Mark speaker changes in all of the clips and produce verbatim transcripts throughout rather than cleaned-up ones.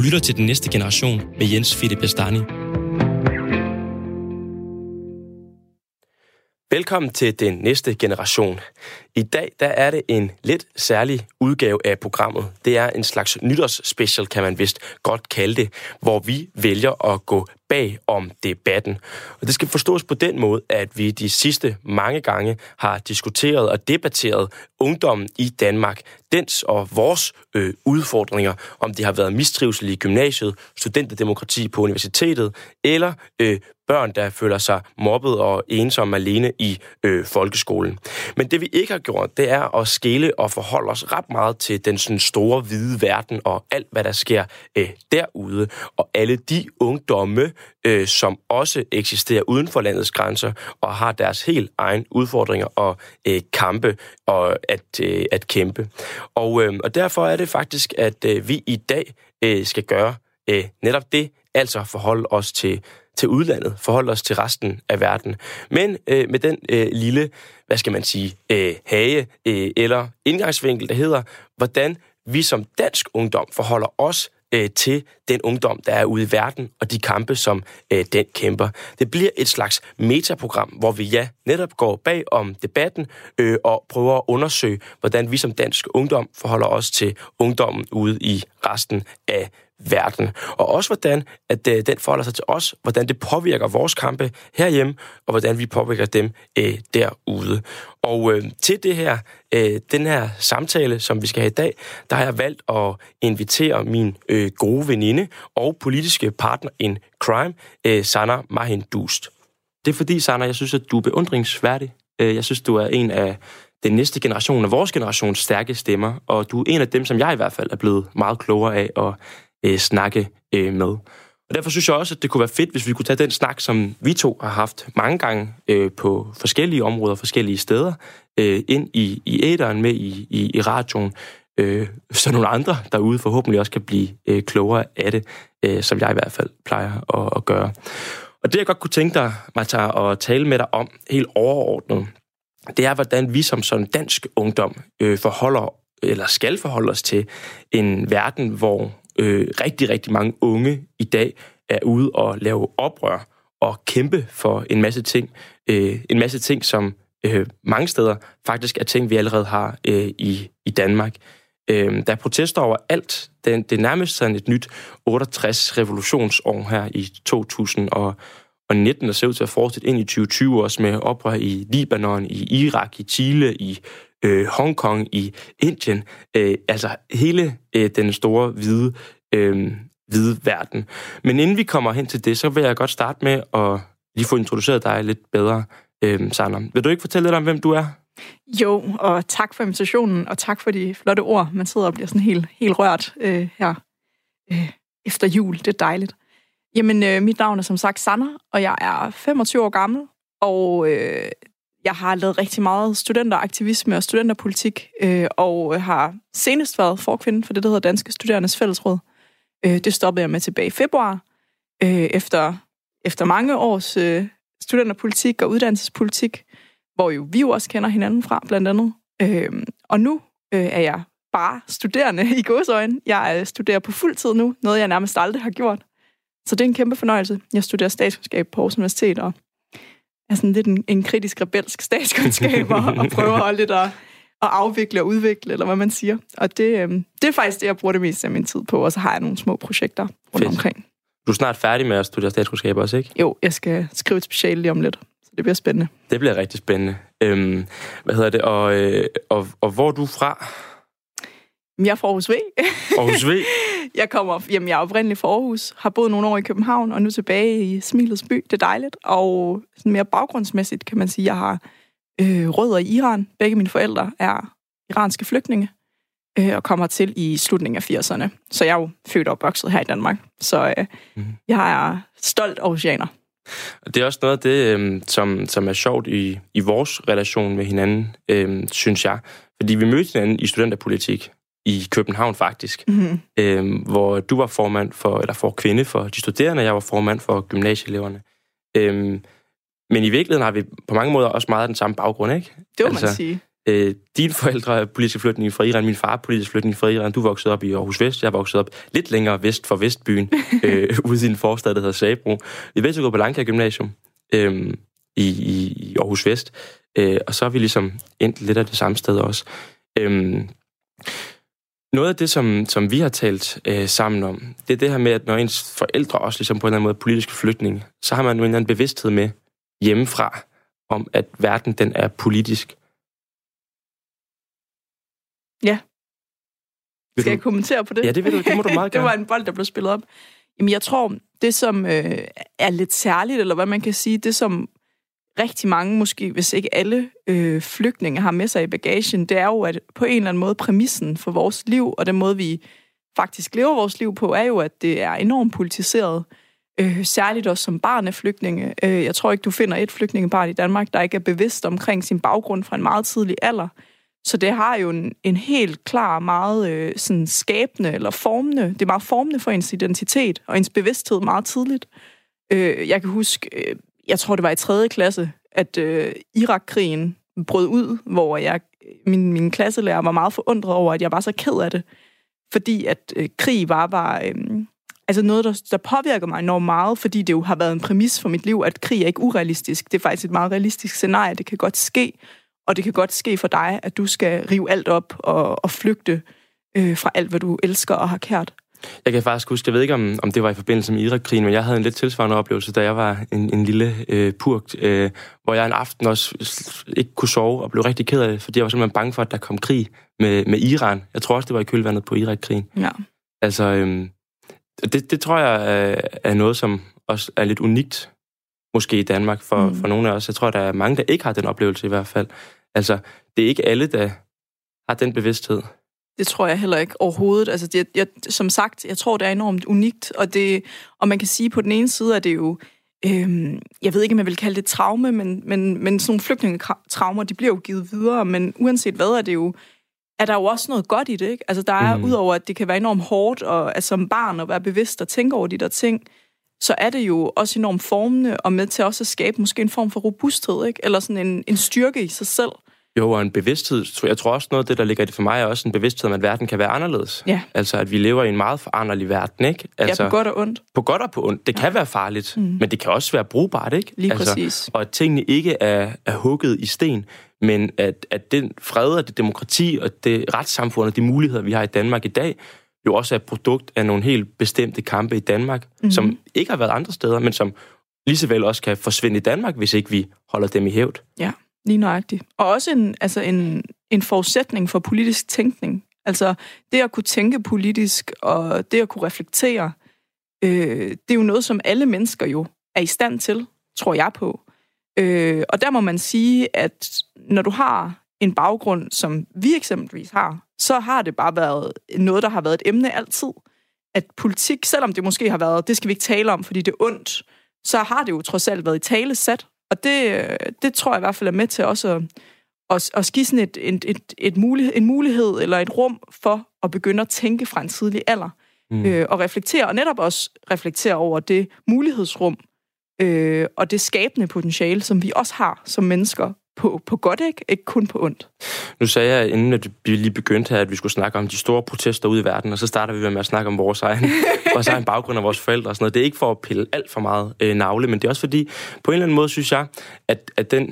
Speaker 1: lytter til Den Næste Generation med Jens Philip Bastani.
Speaker 2: Velkommen til Den Næste Generation. I dag der er det en lidt særlig udgave af programmet. Det er en slags nytårsspecial, kan man vist godt kalde det, hvor vi vælger at gå bag om debatten. Og det skal forstås på den måde, at vi de sidste mange gange har diskuteret og debatteret ungdommen i Danmark, dens og vores øh, udfordringer, om det har været mistrivsel i gymnasiet, studenterdemokrati på universitetet, eller øh, børn, der føler sig mobbet og ensomme alene i øh, folkeskolen. Men det vi ikke har gjort, det er at skele og forholde os ret meget til den sådan store hvide verden og alt, hvad der sker øh, derude, og alle de ungdomme, øh, som også eksisterer uden for landets grænser og har deres helt egen udfordringer og øh, kampe og at, øh, at kæmpe. Og, øh, og derfor er det faktisk, at øh, vi i dag øh, skal gøre øh, netop det, altså forholde os til til udlandet, forholde os til resten af verden. Men øh, med den øh, lille, hvad skal man sige, øh, hage øh, eller indgangsvinkel, der hedder, hvordan vi som dansk ungdom forholder os øh, til den ungdom, der er ude i verden, og de kampe, som øh, den kæmper. Det bliver et slags metaprogram, hvor vi ja, netop går bag om debatten øh, og prøver at undersøge, hvordan vi som dansk ungdom forholder os til ungdommen ude i resten af verden. Og også hvordan at øh, den forholder sig til os, hvordan det påvirker vores kampe herhjemme, og hvordan vi påvirker dem øh, derude. Og øh, til det her, øh, den her samtale, som vi skal have i dag, der har jeg valgt at invitere min øh, gode veninde og politiske partner in crime, øh, Sanna Mahindust. Det er fordi, Sanna, jeg synes, at du er beundringsværdig. Jeg synes, du er en af den næste generation, af vores generations stærke stemmer, og du er en af dem, som jeg i hvert fald er blevet meget klogere af at øh, snakke øh, med. Og derfor synes jeg også, at det kunne være fedt, hvis vi kunne tage den snak, som vi to har haft mange gange øh, på forskellige områder, forskellige steder, øh, ind i, i æteren med i, i, i radioen, øh, så nogle andre derude forhåbentlig også kan blive øh, klogere af det, øh, som jeg i hvert fald plejer at, at gøre. Og det, jeg godt kunne tænke dig, Martha, at tale med dig om helt overordnet, det er, hvordan vi som sådan dansk ungdom øh, forholder, eller skal forholde os til en verden, hvor øh, rigtig, rigtig mange unge i dag er ude og lave oprør og kæmpe for en masse ting. Øh, en masse ting, som øh, mange steder faktisk er ting, vi allerede har øh, i, i Danmark. Øh, der er protester over alt. Det, det er nærmest sådan et nyt otteogtres revolutionsår her i to tusind og nitten, der ser ud til at fortsætte ind i tyve tyve også med oprør i Libanon, i Irak, i Chile, i øh, Hongkong, i Indien. Øh, altså hele øh, den store hvide, øh, hvide verden. Men inden vi kommer hen til det, så vil jeg godt starte med at lige få introduceret dig lidt bedre, øh, Sanna. Vil du ikke fortælle lidt om, hvem du er?
Speaker 3: Jo, og tak for invitationen, og tak for de flotte ord. Man sidder og bliver sådan helt, helt rørt øh, her øh, efter jul. Det er dejligt. Jamen, øh, mit navn er som sagt Sanna, og jeg er femogtyve år gammel, og øh, jeg har lavet rigtig meget studenteraktivisme og studenterpolitik, øh, og har senest været forkvinde for det, der hedder Danske Studerendes Fællesråd. Øh, det stoppede jeg med tilbage i februar, øh, efter, efter mange års øh, studenterpolitik og uddannelsespolitik, hvor jo vi jo også kender hinanden fra, blandt andet. Øh, og nu øh, er jeg bare studerende i gåseøjne. Jeg studerer på fuld tid nu, noget jeg nærmest aldrig har gjort. Så det er en kæmpe fornøjelse. Jeg studerer statskundskab på Aarhus Universitet, og er sådan lidt en, en kritisk, rebelsk statskundskab, og, og prøver at lidt at, at afvikle og udvikle, eller hvad man siger. Og det, øh, det er faktisk det, jeg bruger det meste af min tid på, og så har jeg nogle små projekter rundt Fedt. omkring.
Speaker 2: Du er snart færdig med at studere statskundskab også, ikke?
Speaker 3: Jo, jeg skal skrive et speciale lige om lidt, så det bliver spændende.
Speaker 2: Det bliver rigtig spændende. Øhm, hvad hedder det? Og, øh, og, og hvor er du fra?
Speaker 3: Jeg er fra Aarhus V.
Speaker 2: Aarhus V?
Speaker 3: Jeg kommer, jamen jeg er oprindelig fra Aarhus, har boet nogle år i København, og nu tilbage i Smilets by. Det er dejligt. Og sådan mere baggrundsmæssigt kan man sige, at jeg har øh, rødder i Iran. Begge mine forældre er iranske flygtninge, øh, og kommer til i slutningen af firserne. Så jeg er jo født og opvokset her i Danmark. Så øh, mm. jeg er stolt aarhusianer.
Speaker 2: Det er også noget af det, øh, som, som er sjovt i, i vores relation med hinanden, øh, synes jeg. Fordi vi mødte hinanden i studenterpolitik i København faktisk, mm-hmm. øh, hvor du var formand for, eller for kvinde for de studerende, jeg var formand for gymnasieeleverne. Øh, men i virkeligheden har vi på mange måder også meget af den samme baggrund, ikke?
Speaker 3: Det må altså, man sige.
Speaker 2: Øh, dine forældre er politiske flygtninge fra Iran, min far er politisk flygtning fra Iran, du voksede op i Aarhus Vest, jeg voksede op lidt længere vest for Vestbyen, øh, ude i en forstad, der hedder Sabro. Vi er gå på Langkær Gymnasium øh, i, i, i Aarhus Vest, øh, og så er vi ligesom endt lidt af det samme sted også. Øh, noget af det, som, som vi har talt øh, sammen om, det er det her med, at når ens forældre også ligesom på en eller anden måde er politiske flygtninge, så har man jo en eller anden bevidsthed med hjemmefra, om at verden den er politisk.
Speaker 3: Ja. Skal jeg kommentere på det?
Speaker 2: Ja, det vil du. Det må du meget gerne.
Speaker 3: Det var en bold, der blev spillet op. Jamen, jeg tror, det som øh, er lidt særligt, eller hvad man kan sige, det som rigtig mange, måske hvis ikke alle øh, flygtninge har med sig i bagagen, det er jo, at på en eller anden måde præmissen for vores liv, og den måde, vi faktisk lever vores liv på, er jo, at det er enormt politiseret. Øh, særligt også som barn af flygtninge. Øh, jeg tror ikke, du finder et flygtningebarn i Danmark, der ikke er bevidst omkring sin baggrund fra en meget tidlig alder. Så det har jo en, en helt klar, meget øh, sådan skabende eller formende, det er meget formende for ens identitet og ens bevidsthed meget tidligt. Øh, jeg kan huske, øh, jeg tror det var i tredje klasse, at øh, Irak-krigen brød ud, hvor jeg, min, min klasselærer var meget forundret over, at jeg var så ked af det. Fordi at øh, krig var, var øh, altså noget, der, der påvirker mig enormt meget, fordi det jo har været en præmis for mit liv, at krig er ikke urealistisk. Det er faktisk et meget realistisk scenarie, det kan godt ske. Og det kan godt ske for dig, at du skal rive alt op og, og flygte øh, fra alt, hvad du elsker og har kært.
Speaker 2: Jeg kan faktisk huske, jeg ved ikke, om, om det var i forbindelse med Irak-krigen, men jeg havde en lidt tilsvarende oplevelse, da jeg var en, en lille øh, purk, øh, hvor jeg en aften også ikke kunne sove og blev rigtig ked af det, fordi jeg var simpelthen bange for, at der kom krig med, med Iran. Jeg tror også, det var i kølvandet på Irak-krigen.
Speaker 3: Ja.
Speaker 2: Altså, øh, det, det tror jeg er, er noget, som også er lidt unikt, måske i Danmark, for, mm. for nogle af os. Jeg tror, der er mange, der ikke har den oplevelse i hvert fald. Altså, det er ikke alle, der har den bevidsthed.
Speaker 3: Det tror jeg heller ikke overhovedet. Altså, det, jeg, som sagt, jeg tror, det er enormt unikt, og, det, og man kan sige, på den ene side, at det jo, øhm, jeg ved ikke, om jeg vil kalde det traume, men, men, men sådan nogle flygtningetraumer, de bliver jo givet videre, men uanset hvad, er det jo, er der jo også noget godt i det, ikke? Altså, der er, mm. udover at det kan være enormt hårdt, og altså, som barn at være bevidst og tænke over de der ting, så er det jo også enormt formende, og med til også at skabe måske en form for robusthed, ikke? Eller sådan en, en styrke i sig selv.
Speaker 2: Jo, og en bevidsthed. Jeg tror også noget af det, der ligger i det for mig, er også en bevidsthed om, at verden kan være anderledes.
Speaker 3: Ja.
Speaker 2: Altså, at vi lever i en meget foranderlig verden, ikke? Altså,
Speaker 3: ja, på godt og ondt.
Speaker 2: På godt og på ondt. Det kan ja. være farligt, mm. men det kan også være brugbart, ikke?
Speaker 3: Lige
Speaker 2: altså,
Speaker 3: præcis.
Speaker 2: Og at tingene ikke er, er hugget i sten, men at, at den fred og det demokrati og det retssamfund og de muligheder, vi har i Danmark i dag, jo også er et produkt af nogle helt bestemte kampe i Danmark, mm. som ikke har været andre steder, men som lige så vel også kan forsvinde i Danmark, hvis ikke vi holder dem i hævd.
Speaker 3: Ja. Lige nøjagtigt. Og også en, altså en, en forudsætning for politisk tænkning. Altså det at kunne tænke politisk, og det at kunne reflektere, øh, det er jo noget, som alle mennesker jo er i stand til, tror jeg på. Øh, og der må man sige, at når du har en baggrund, som vi eksempelvis har, så har det bare været noget, der har været et emne altid. At politik, selvom det måske har været, det skal vi ikke tale om, fordi det er ondt, så har det jo trods alt været i tale sat. Og det, det tror jeg i hvert fald er med til også at, at, at give sådan et, et, et, et mulighed, en mulighed eller et rum for at begynde at tænke fra en tidlig alder. Mm. Øh, og reflektere, og netop også reflektere over det mulighedsrum øh, og det skabende potentiale, som vi også har som mennesker på, på godt, ikke? Ikke kun på ondt.
Speaker 2: Nu sagde jeg, inden at vi lige begyndte her, at vi skulle snakke om de store protester ude i verden, og så starter vi med at snakke om vores egen, vores egen baggrund og vores forældre og sådan noget. Det er ikke for at pille alt for meget øh, navle, men det er også fordi, på en eller anden måde synes jeg, at, at, den,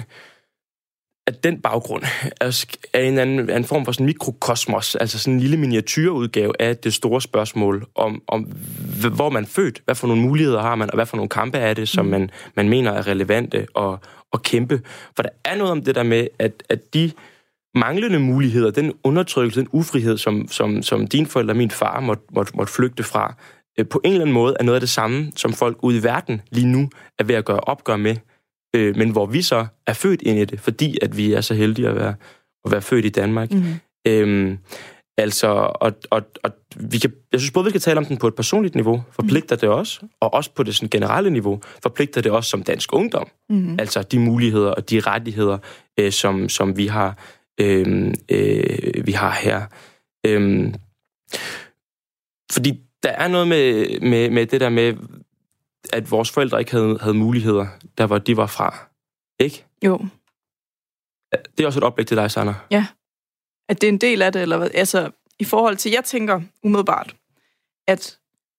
Speaker 2: at den baggrund er, er en, anden, er en form for sådan en mikrokosmos, altså sådan en lille miniatyrudgave af det store spørgsmål om, om hvor man er født, hvad for nogle muligheder har man, og hvad for nogle kampe er det, som man, man mener er relevante og at kæmpe. For der er noget om det der med, at, at de manglende muligheder, den undertrykkelse, den ufrihed, som, som, som din forældre og min far måtte, måtte, måtte flygte fra, øh, på en eller anden måde er noget af det samme, som folk ude i verden lige nu er ved at gøre opgør med, øh, men hvor vi så er født ind i det, fordi at vi er så heldige at være, at være født i Danmark. Mm-hmm. Øhm, altså, og, og, og vi kan, jeg synes både, vi skal tale om den på et personligt niveau, forpligter mm. det også, og også på det sådan generelle niveau, forpligter det også som dansk ungdom. Mm. Altså de muligheder og de rettigheder, øh, som, som vi har, øh, øh, vi har her. Øh, fordi der er noget med, med, med det der med, at vores forældre ikke havde, havde muligheder, der hvor de var fra. Ikke?
Speaker 3: Jo.
Speaker 2: Det er også et oplæg til dig, Sanna.
Speaker 3: Ja. At det er en del af det, eller hvad? Altså, i forhold til, jeg tænker umiddelbart, at,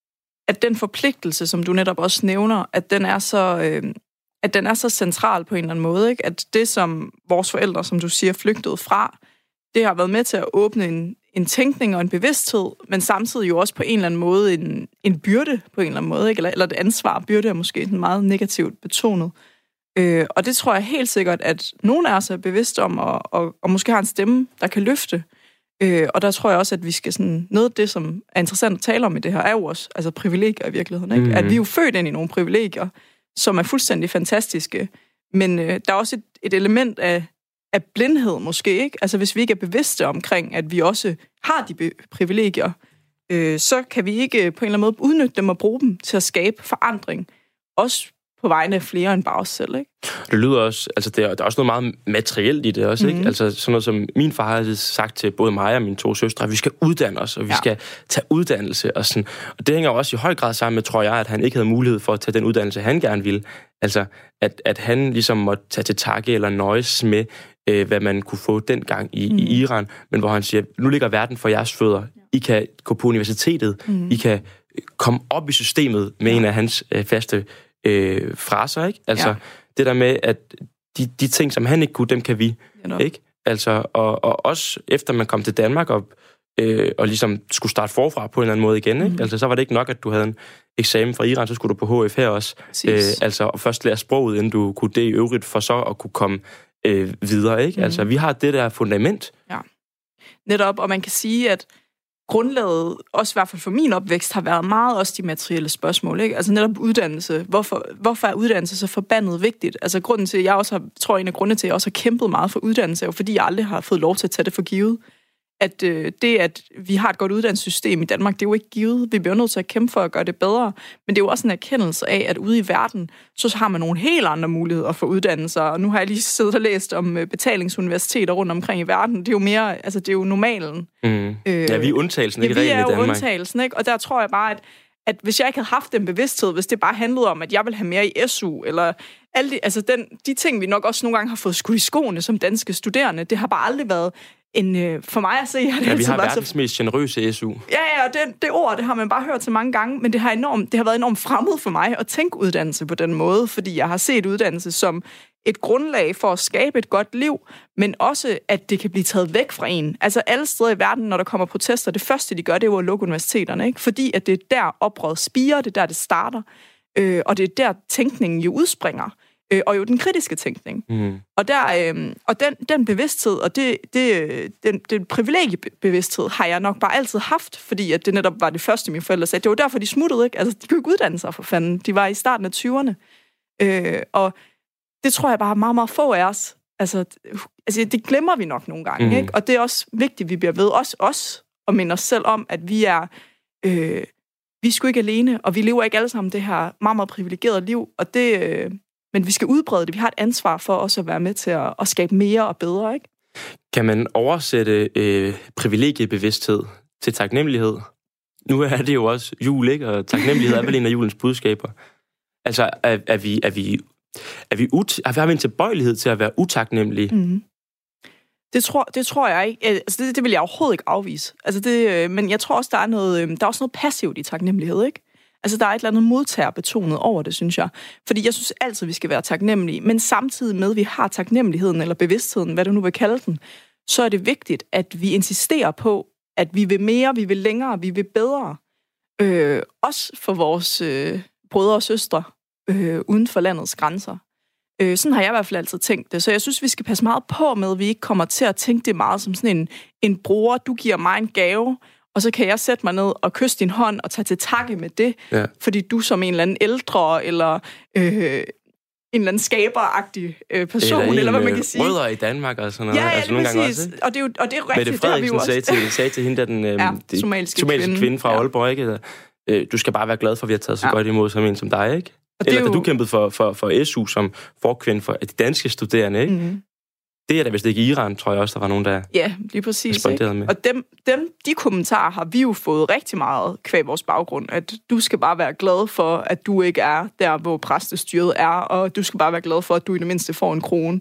Speaker 3: at den forpligtelse, som du netop også nævner, at den er så, øh, at den er så central på en eller anden måde, ikke? At det, som vores forældre, som du siger, flygtede fra, det har været med til at åbne en, en tænkning og en bevidsthed, men samtidig jo også på en eller anden måde en, en byrde på en eller anden måde, ikke? Eller, eller et ansvar. Byrde er måske meget negativt betonet. Øh, og det tror jeg helt sikkert, at nogen af os er bevidste om, og, og, og måske har en stemme, der kan løfte. Øh, og der tror jeg også, at vi skal sådan... Noget af det, som er interessant at tale om i det her, er jo også altså privilegier i virkeligheden. Ikke? Mm-hmm. At vi er jo født ind i nogle privilegier, som er fuldstændig fantastiske. Men øh, der er også et, et element af, af blindhed måske, ikke? Altså hvis vi ikke er bevidste omkring, at vi også har de be- privilegier, øh, så kan vi ikke på en eller anden måde udnytte dem og bruge dem til at skabe forandring. Også på vegne af flere end bare os selv, ikke?
Speaker 2: Det lyder også, altså der, der er også noget meget materielt i det også, mm-hmm. ikke? Altså sådan noget som min far har sagt til både mig og mine to søstre, at vi skal uddanne os, og vi ja. skal tage uddannelse og sådan. Og det hænger også i høj grad sammen med, tror jeg, at han ikke havde mulighed for at tage den uddannelse, han gerne ville. Altså, at, at han ligesom måtte tage til takke eller nøjes med, øh, hvad man kunne få dengang i, mm. i Iran, men hvor han siger, nu ligger verden for jeres fødder. I kan gå på universitetet, mm. I kan komme op i systemet med ja. en af hans øh, faste Øh, fraser, ikke? Altså, ja. det der med, at de, de ting, som han ikke kunne, dem kan vi, ikke? Altså, og, og også efter man kom til Danmark og, øh, og ligesom skulle starte forfra på en eller anden måde igen, ikke? Mm. Altså, så var det ikke nok, at du havde en eksamen fra Iran, så skulle du på H F her også. Øh, altså, og først lære sproget, inden du kunne det i øvrigt, for så at kunne komme øh, videre, ikke? Mm. Altså, vi har det der fundament.
Speaker 3: Ja. Netop, og man kan sige, at grundlaget, også i hvert fald for min opvækst, har været meget også de materielle spørgsmål, ikke? Altså netop uddannelse. Hvorfor, hvorfor er uddannelse så forbandet vigtigt? Altså grunden til, jeg også har, tror en af grundene til, at jeg også har kæmpet meget for uddannelse, er jo fordi jeg aldrig har fået lov til at tage det for givet. At øh, det, at vi har et godt uddannelsessystem i Danmark, det er jo ikke givet. Vi bliver nødt til at kæmpe for at gøre det bedre. Men det er jo også en erkendelse af, at ude i verden, så har man nogle helt andre muligheder for uddannelser. Og nu har jeg lige siddet og læst om betalingsuniversiteter rundt omkring i verden. Det er jo mere, altså det er jo normalen.
Speaker 2: Mm. Øh, ja, vi er undtagelsen, ikke reglen i Danmark.
Speaker 3: Vi er jo undtagelsen, ikke? Og der tror jeg bare, at at hvis jeg ikke havde haft den bevidsthed, hvis det bare handlede om, at jeg ville have mere i S U, eller alle de, altså den, de ting, vi nok også nogle gange har fået skudt i skoene som danske studerende, det har bare aldrig været en, øh, for mig at se... At
Speaker 2: ja, vi har verdens så... mest generøse S U.
Speaker 3: Ja, ja, og det, det ord, det har man bare hørt så mange gange, men det har, enormt, det har været enormt fremmed for mig at tænke uddannelse på den måde, fordi jeg har set uddannelse som et grundlag for at skabe et godt liv, men også, at det kan blive taget væk fra en. Altså alle steder i verden, når der kommer protester, det første, de gør, det er jo at lukke universiteterne, ikke? Fordi at det er der oprøret spirer, det er der, det starter, øh, og det er der, tænkningen jo udspringer, øh, og jo den kritiske tænkning. Mm. Og, der, øh, og den, den bevidsthed, og det, det, den, den privilegiebevidsthed, har jeg nok bare altid haft, fordi at det netop var det første, mine forældre sagde. Det var derfor, de smuttede, ikke? Altså, de kunne ikke uddanne sig for fanden. De var i starten af tyverne. Øh, og det tror jeg bare er meget, meget få af os. Altså, altså det glemmer vi nok nogle gange, mm. ikke? Og det er også vigtigt, at vi bliver ved os, os og minde os selv om, at vi er, øh, vi er sgu ikke alene, og vi lever ikke alle sammen det her meget, meget privilegerede liv, og det, øh, men vi skal udbrede det. Vi har et ansvar for også at være med til at, at skabe mere og bedre, ikke?
Speaker 2: Kan man oversætte øh, privilegiebevidsthed til taknemmelighed? Nu er det jo også jul, ikke? Og taknemmelighed er vel en af julens budskaber. Altså, er, er vi... Er vi Er vi ut- har vi en tilbøjelighed til at være utaknemmelige?
Speaker 3: Mm. Det, tror, det tror jeg ikke. Altså, det, det vil jeg overhovedet ikke afvise. Altså, det, men jeg tror også, der er, noget, der er også noget passivt i taknemmelighed, ikke? Altså, der er et eller andet modtagerbetonet over det, synes jeg. Fordi jeg synes altid, vi skal være taknemmelige. Men samtidig med, at vi har taknemmeligheden, eller bevidstheden, hvad du nu vil kalde den, så er det vigtigt, at vi insisterer på, at vi vil mere, vi vil længere, vi vil bedre. Øh, også for vores øh, brødre og søstre, Øh, uden for landets grænser. Øh, sådan har jeg i hvert fald altid tænkt det. Så jeg synes, vi skal passe meget på med, at vi ikke kommer til at tænke det meget som sådan en, en bror, du giver mig en gave, og så kan jeg sætte mig ned og kysse din hånd og tage til takke med det, ja. Fordi du som en eller anden ældre, eller øh, en eller anden skaberagtig øh, person, eller,
Speaker 2: eller
Speaker 3: hvad man kan sige.
Speaker 2: Rødder i Danmark og sådan noget.
Speaker 3: Ja, ja,
Speaker 2: altså,
Speaker 3: det
Speaker 2: nogle
Speaker 3: præcis.
Speaker 2: Gange også,
Speaker 3: og, det er jo, og det er jo rigtigt.
Speaker 2: Mette Frederiksen sagde til, sagde til hende, der den øh,
Speaker 3: ja,
Speaker 2: de,
Speaker 3: somaliske,
Speaker 2: somaliske
Speaker 3: kvinde,
Speaker 2: kvinde fra
Speaker 3: ja.
Speaker 2: Aalborg, ikke? Øh, du skal bare være glad for, at vi har taget så ja. godt imod som en som dig, ikke?
Speaker 3: Og
Speaker 2: Eller
Speaker 3: jo...
Speaker 2: da du kæmpede for, for, for S U som forkvinde for de danske studerende, ikke? Mm-hmm. Det er da vist ikke i Iran, tror jeg også, der var nogen, der
Speaker 3: ja, lige præcis, ikke?
Speaker 2: Med.
Speaker 3: Og dem, dem, de kommentarer har vi jo fået rigtig meget kvæg vores baggrund, at du skal bare være glad for, at du ikke er der, hvor præstestyret er, og du skal bare være glad for, at du i det mindste får en krone.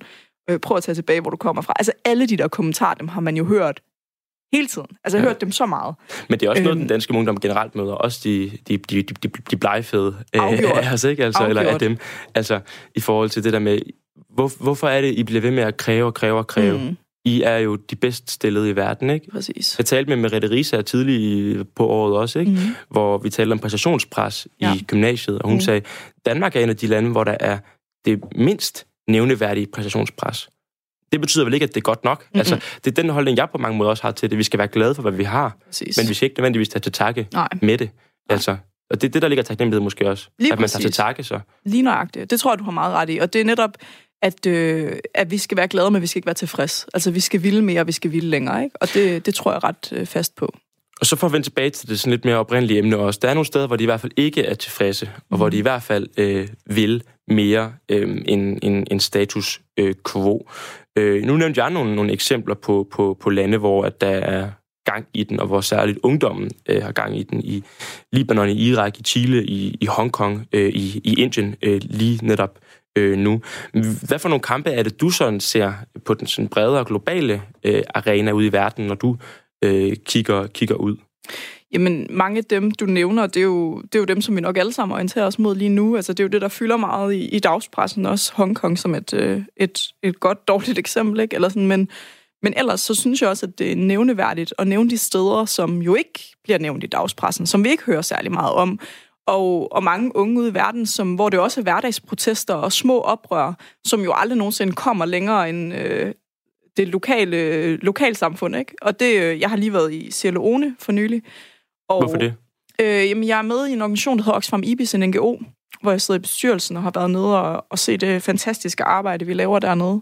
Speaker 3: øh, prøv at tage tilbage, hvor du kommer fra. Altså alle de der kommentarer, dem har man jo hørt hele tiden. Altså jeg har ja. hørt dem så meget.
Speaker 2: Men det er også noget,
Speaker 3: øhm,
Speaker 2: den danske ungdom generelt møder. Også de, de, de, de, de blegfede
Speaker 3: afgjort.
Speaker 2: af os, ikke? Altså, eller af dem. Altså i forhold til det der med, hvor, hvorfor er det, I bliver ved med at kræve og kræve og kræve? Mm. I er jo de bedst stillede i verden, ikke?
Speaker 3: Præcis.
Speaker 2: Jeg talte med Merete Riisager tidligere på året også, ikke? Mm-hmm. Hvor vi talte om præstationspres ja. i gymnasiet, og hun mm. sagde, Danmark er en af de lande, hvor der er det mindst nævneværdige præstationspres. Det betyder vel ikke, at det er godt nok. Mm-hmm. Altså, det er den holdning, jeg på mange måder også har til det. Vi skal være glade for, hvad vi har, Præcis. men vi skal ikke nødvendigvis tage til takke Nej. med det. Altså, og det er det, der ligger taknemmelighed måske også.
Speaker 3: Lige
Speaker 2: at man
Speaker 3: præcis.
Speaker 2: tager til takke, så.
Speaker 3: Lige nøjagtigt. Det tror jeg, du har meget ret i. Og det er netop, at, øh, at vi skal være glade, men vi skal ikke være tilfreds. Altså, vi skal ville mere, og vi skal ville længere, ikke? Og det, det tror jeg ret øh, fast på.
Speaker 2: Og så for at vende tilbage til det sådan lidt mere oprindelige emne også. Der er nogle steder, hvor de i hvert fald ikke er tilfredse, og mm. hvor de i hvert fald øh, vil mere øh, end, end, end status øh, quo. Øh, nu nævnte jeg nogle, nogle eksempler på, på, på lande, hvor at der er gang i den, og hvor særligt ungdommen øh, har gang i den. I Libanon, i Irak, i Chile, i, i Hongkong, øh, i, i Indien øh, lige netop øh, nu. Hvad for nogle kampe er det, du sådan ser på den sådan bredere globale øh, arena ude i verden, når du øh, kigger, kigger ud?
Speaker 3: Jamen, mange af dem, du nævner, det er, jo, det er jo dem, som vi nok alle sammen orienterer os mod lige nu. Altså, det er jo det, der fylder meget i, i dagspressen, også Hongkong som et, et, et godt, dårligt eksempel, ikke? Eller sådan, men, men ellers så synes jeg også, at det er nævneværdigt at nævne de steder, som jo ikke bliver nævnt i dagspressen, som vi ikke hører særlig meget om. Og, og mange unge ude i verden, som, hvor det også er hverdagsprotester og små oprør, som jo aldrig nogensinde kommer længere end øh, det lokale lokalsamfund, ikke? Og det, jeg har lige været i Sierra Leone for nylig. Og,
Speaker 2: Hvorfor det?
Speaker 3: Øh, jamen, jeg er med i en organisation, der hedder Oxfam Ibis, en N G O, hvor jeg sidder i bestyrelsen og har været nede og, og set det fantastiske arbejde, vi laver dernede.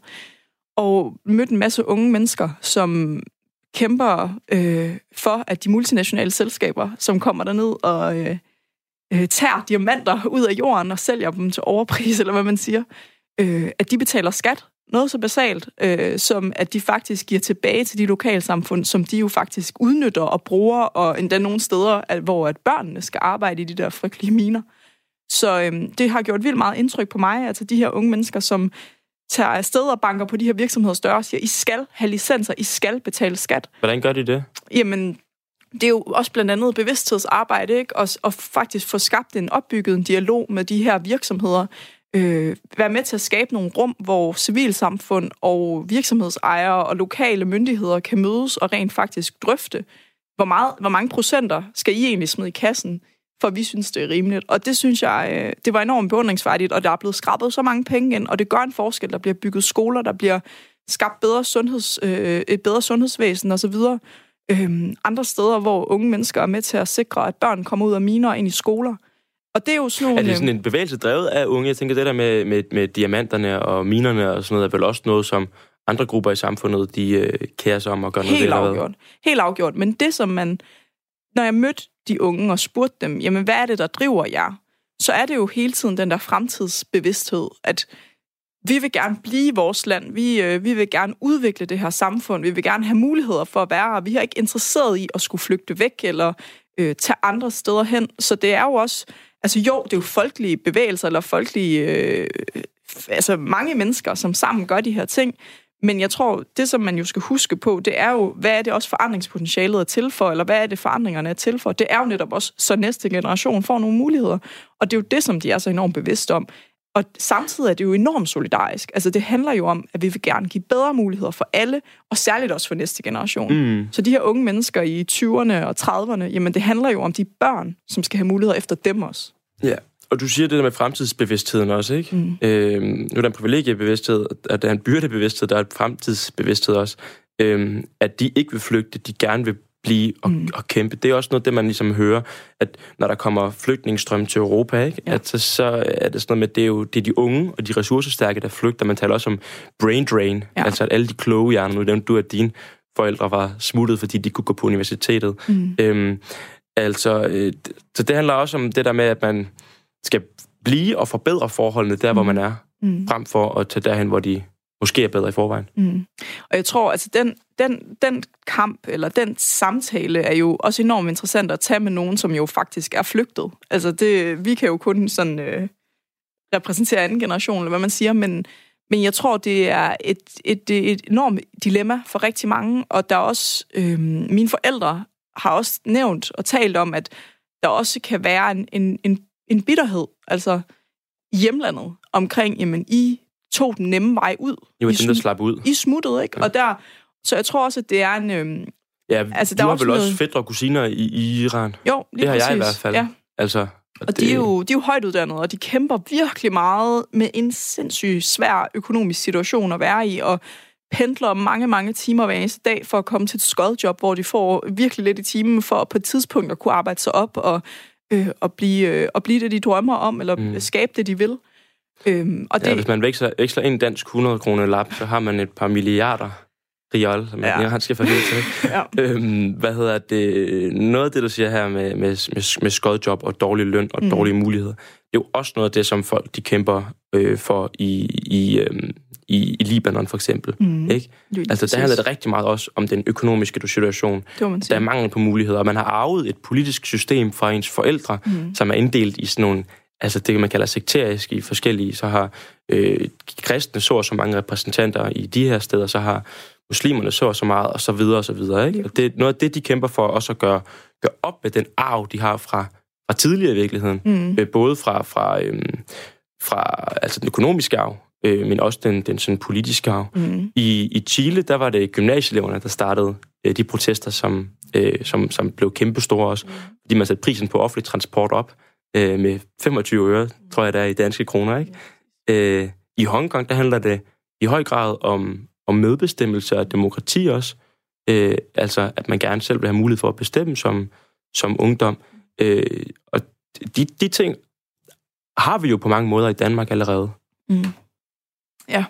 Speaker 3: Og mødt en masse unge mennesker, som kæmper øh, for, at de multinationale selskaber, som kommer derned og øh, øh, tager diamanter ud af jorden og sælger dem til overpris, eller hvad man siger, øh, at de betaler skat. Noget så basalt, øh, som at de faktisk giver tilbage til de lokalsamfund, som de jo faktisk udnytter og bruger, og endda nogle steder, at, hvor at børnene skal arbejde i de der frygtelige miner. Så øh, det har gjort vildt meget indtryk på mig, altså de her unge mennesker, som tager afsted og banker på de her virksomheder større og siger, I skal have licenser, I skal betale skat.
Speaker 2: Hvordan gør de det?
Speaker 3: Jamen, det er jo også blandt andet bevidsthedsarbejde, ikke? Og, og faktisk få skabt en opbygget en dialog med de her virksomheder, Øh, være med til at skabe nogle rum, hvor civilsamfund og virksomhedsejere og lokale myndigheder kan mødes og rent faktisk drøfte, hvor, meget, hvor mange procenter skal I egentlig smide i kassen, for vi synes, det er rimeligt. Og det synes jeg, øh, det var enormt beundringsværdigt, og der er blevet skrabet så mange penge ind, og det gør en forskel. Der bliver bygget skoler, der bliver skabt bedre sundheds, øh, et bedre sundhedsvæsen osv. Øh, andre steder, hvor unge mennesker er med til at sikre, at børn kommer ud af miner og ind i skoler. Og det er jo sådan nogle...
Speaker 2: Er det sådan en bevægelse drevet af unge? Jeg tænker, det der med, med, med diamanterne og minerne og sådan noget, er vel også noget, som andre grupper i samfundet, de øh, kærer sig om og gør noget
Speaker 3: Helt
Speaker 2: ved.
Speaker 3: Helt afgjort. Helt afgjort. Men det, som man... Når jeg mødte de unge og spurgte dem, jamen, hvad er det, der driver jer? Så er det jo hele tiden den der fremtidsbevidsthed, at vi vil gerne blive i vores land, vi, øh, vi vil gerne udvikle det her samfund, vi vil gerne have muligheder for at være her, vi er ikke interesseret i at skulle flygte væk eller øh, tage andre steder hen. Så det er jo også... Altså jo, det er jo folkelige bevægelser, eller folkelige... Øh, altså mange mennesker, som sammen gør de her ting. Men jeg tror, det som man jo skal huske på, det er jo, hvad er det også forandringspotentialet er til for, eller hvad er det forandringerne er til for? Det er jo netop også, så næste generation får nogle muligheder. Og det er jo det, som de er så enormt bevidste om. Og samtidig er det jo enormt solidarisk. Altså det handler jo om, at vi vil gerne give bedre muligheder for alle, og særligt også for næste generation. Mm. Så de her unge mennesker i tyverne og trediverne, jamen det handler jo om de børn, som skal have muligheder efter dem også.
Speaker 2: Ja, og du siger det der med fremtidsbevidstheden også, ikke? Mm. Øhm, nu er der en privilegiebevidsthed, at der er en byrdebevidsthed, der er en fremtidsbevidsthed også. Øhm, at de ikke vil flygte, de gerne vil blive og, mm. og kæmpe. Det er også noget, det man ligesom hører, at når der kommer flygtningestrøm til Europa, ikke? Ja. At så, så er det sådan noget med, at det er jo det er de unge og de ressourcestærke, der flygter. Man taler også om brain drain, ja. Altså at alle de kloge hjerner, nu dem du og dine forældre var smuttet, fordi de kunne gå på universitetet. Mm. Øhm, altså, øh, så det handler også om det der med, at man skal blive og forbedre forholdene der, mm. hvor man er, mm. frem for at tage derhen, hvor de måske er bedre i forvejen. Mm.
Speaker 3: Og jeg tror, altså den, den, den kamp, eller den samtale, er jo også enormt interessant at tage med nogen, som jo faktisk er flygtet. Altså det, vi kan jo kun sådan øh, repræsentere anden generation, eller hvad man siger, men, Men jeg tror, det er et, et, et enormt dilemma for rigtig mange, og der er også, øh, mine forældre har også nævnt og talt om, at der også kan være en, en, en, en bitterhed, altså i hjemlandet, omkring, jamen, I tog den nemme vej ud.
Speaker 2: Jo,
Speaker 3: I,
Speaker 2: dem, der slap ud.
Speaker 3: I smuttede, ikke? Ja. Og der, så jeg tror også, at det er en... Øh,
Speaker 2: ja, altså, der du har også vel noget... også fædre og kusiner i, i Iran?
Speaker 3: Jo, lige
Speaker 2: det har
Speaker 3: præcis.
Speaker 2: jeg i hvert fald.
Speaker 3: Ja.
Speaker 2: Altså,
Speaker 3: og
Speaker 2: og
Speaker 3: det...
Speaker 2: de,
Speaker 3: er jo, de er jo højt uddannede, og de kæmper virkelig meget med en sindssygt svær økonomisk situation at være i, og pendler mange, mange timer hver eneste dag for at komme til et skodjob, hvor de får virkelig lidt i timen for på et tidspunkt at kunne arbejde sig op og, øh, og, blive, øh, og blive det, de drømmer om, eller mm. skabe det, de vil. Øhm, og det...
Speaker 2: ja, hvis man veksler, veksler en dansk hundrede kroner lap, så har man et par milliarder riol, som ja. man skal forhælde til. ja. øhm, hvad hedder det? Noget af det, du siger her med, med, med, med skodjob og dårlig løn og mm. dårlige muligheder, det er jo også noget af det, som folk de kæmper øh, for i, i, øh, i, i Libanon for eksempel. Mm. Ikke? Altså, der handler det rigtig meget også om den økonomiske situation. Der er mangel på muligheder, og man har arvet et politisk system fra ens forældre, mm. som er inddelt i sådan nogle, altså det, man kalder sekterisk i forskellige, så har øh, kristne så og så mange repræsentanter i de her steder, så har muslimerne så og så meget, og så videre og så videre. Ikke? Og det er noget af det, de kæmper for også at gøre, gøre op med den arv, de har fra, fra tidligere i virkeligheden. Mm. Øh, både fra, fra, øh, fra altså den økonomiske arv, øh, men også den, den sådan politiske arv. Mm. I, I Chile, der var det gymnasieeleverne, der startede øh, de protester, som, øh, som, som blev kæmpestore også, mm. fordi man satte prisen på offentlig transport op øh, med femogtyve øre, tror jeg, der er i danske kroner. Ikke? Øh, I Hongkong, der handler det i høj grad om om medbestemmelse og demokrati også. Øh, altså, at man gerne selv vil have mulighed for at bestemme som, som ungdom. Øh, og de, de ting har vi jo på mange måder i Danmark allerede. Mm.
Speaker 3: Ja.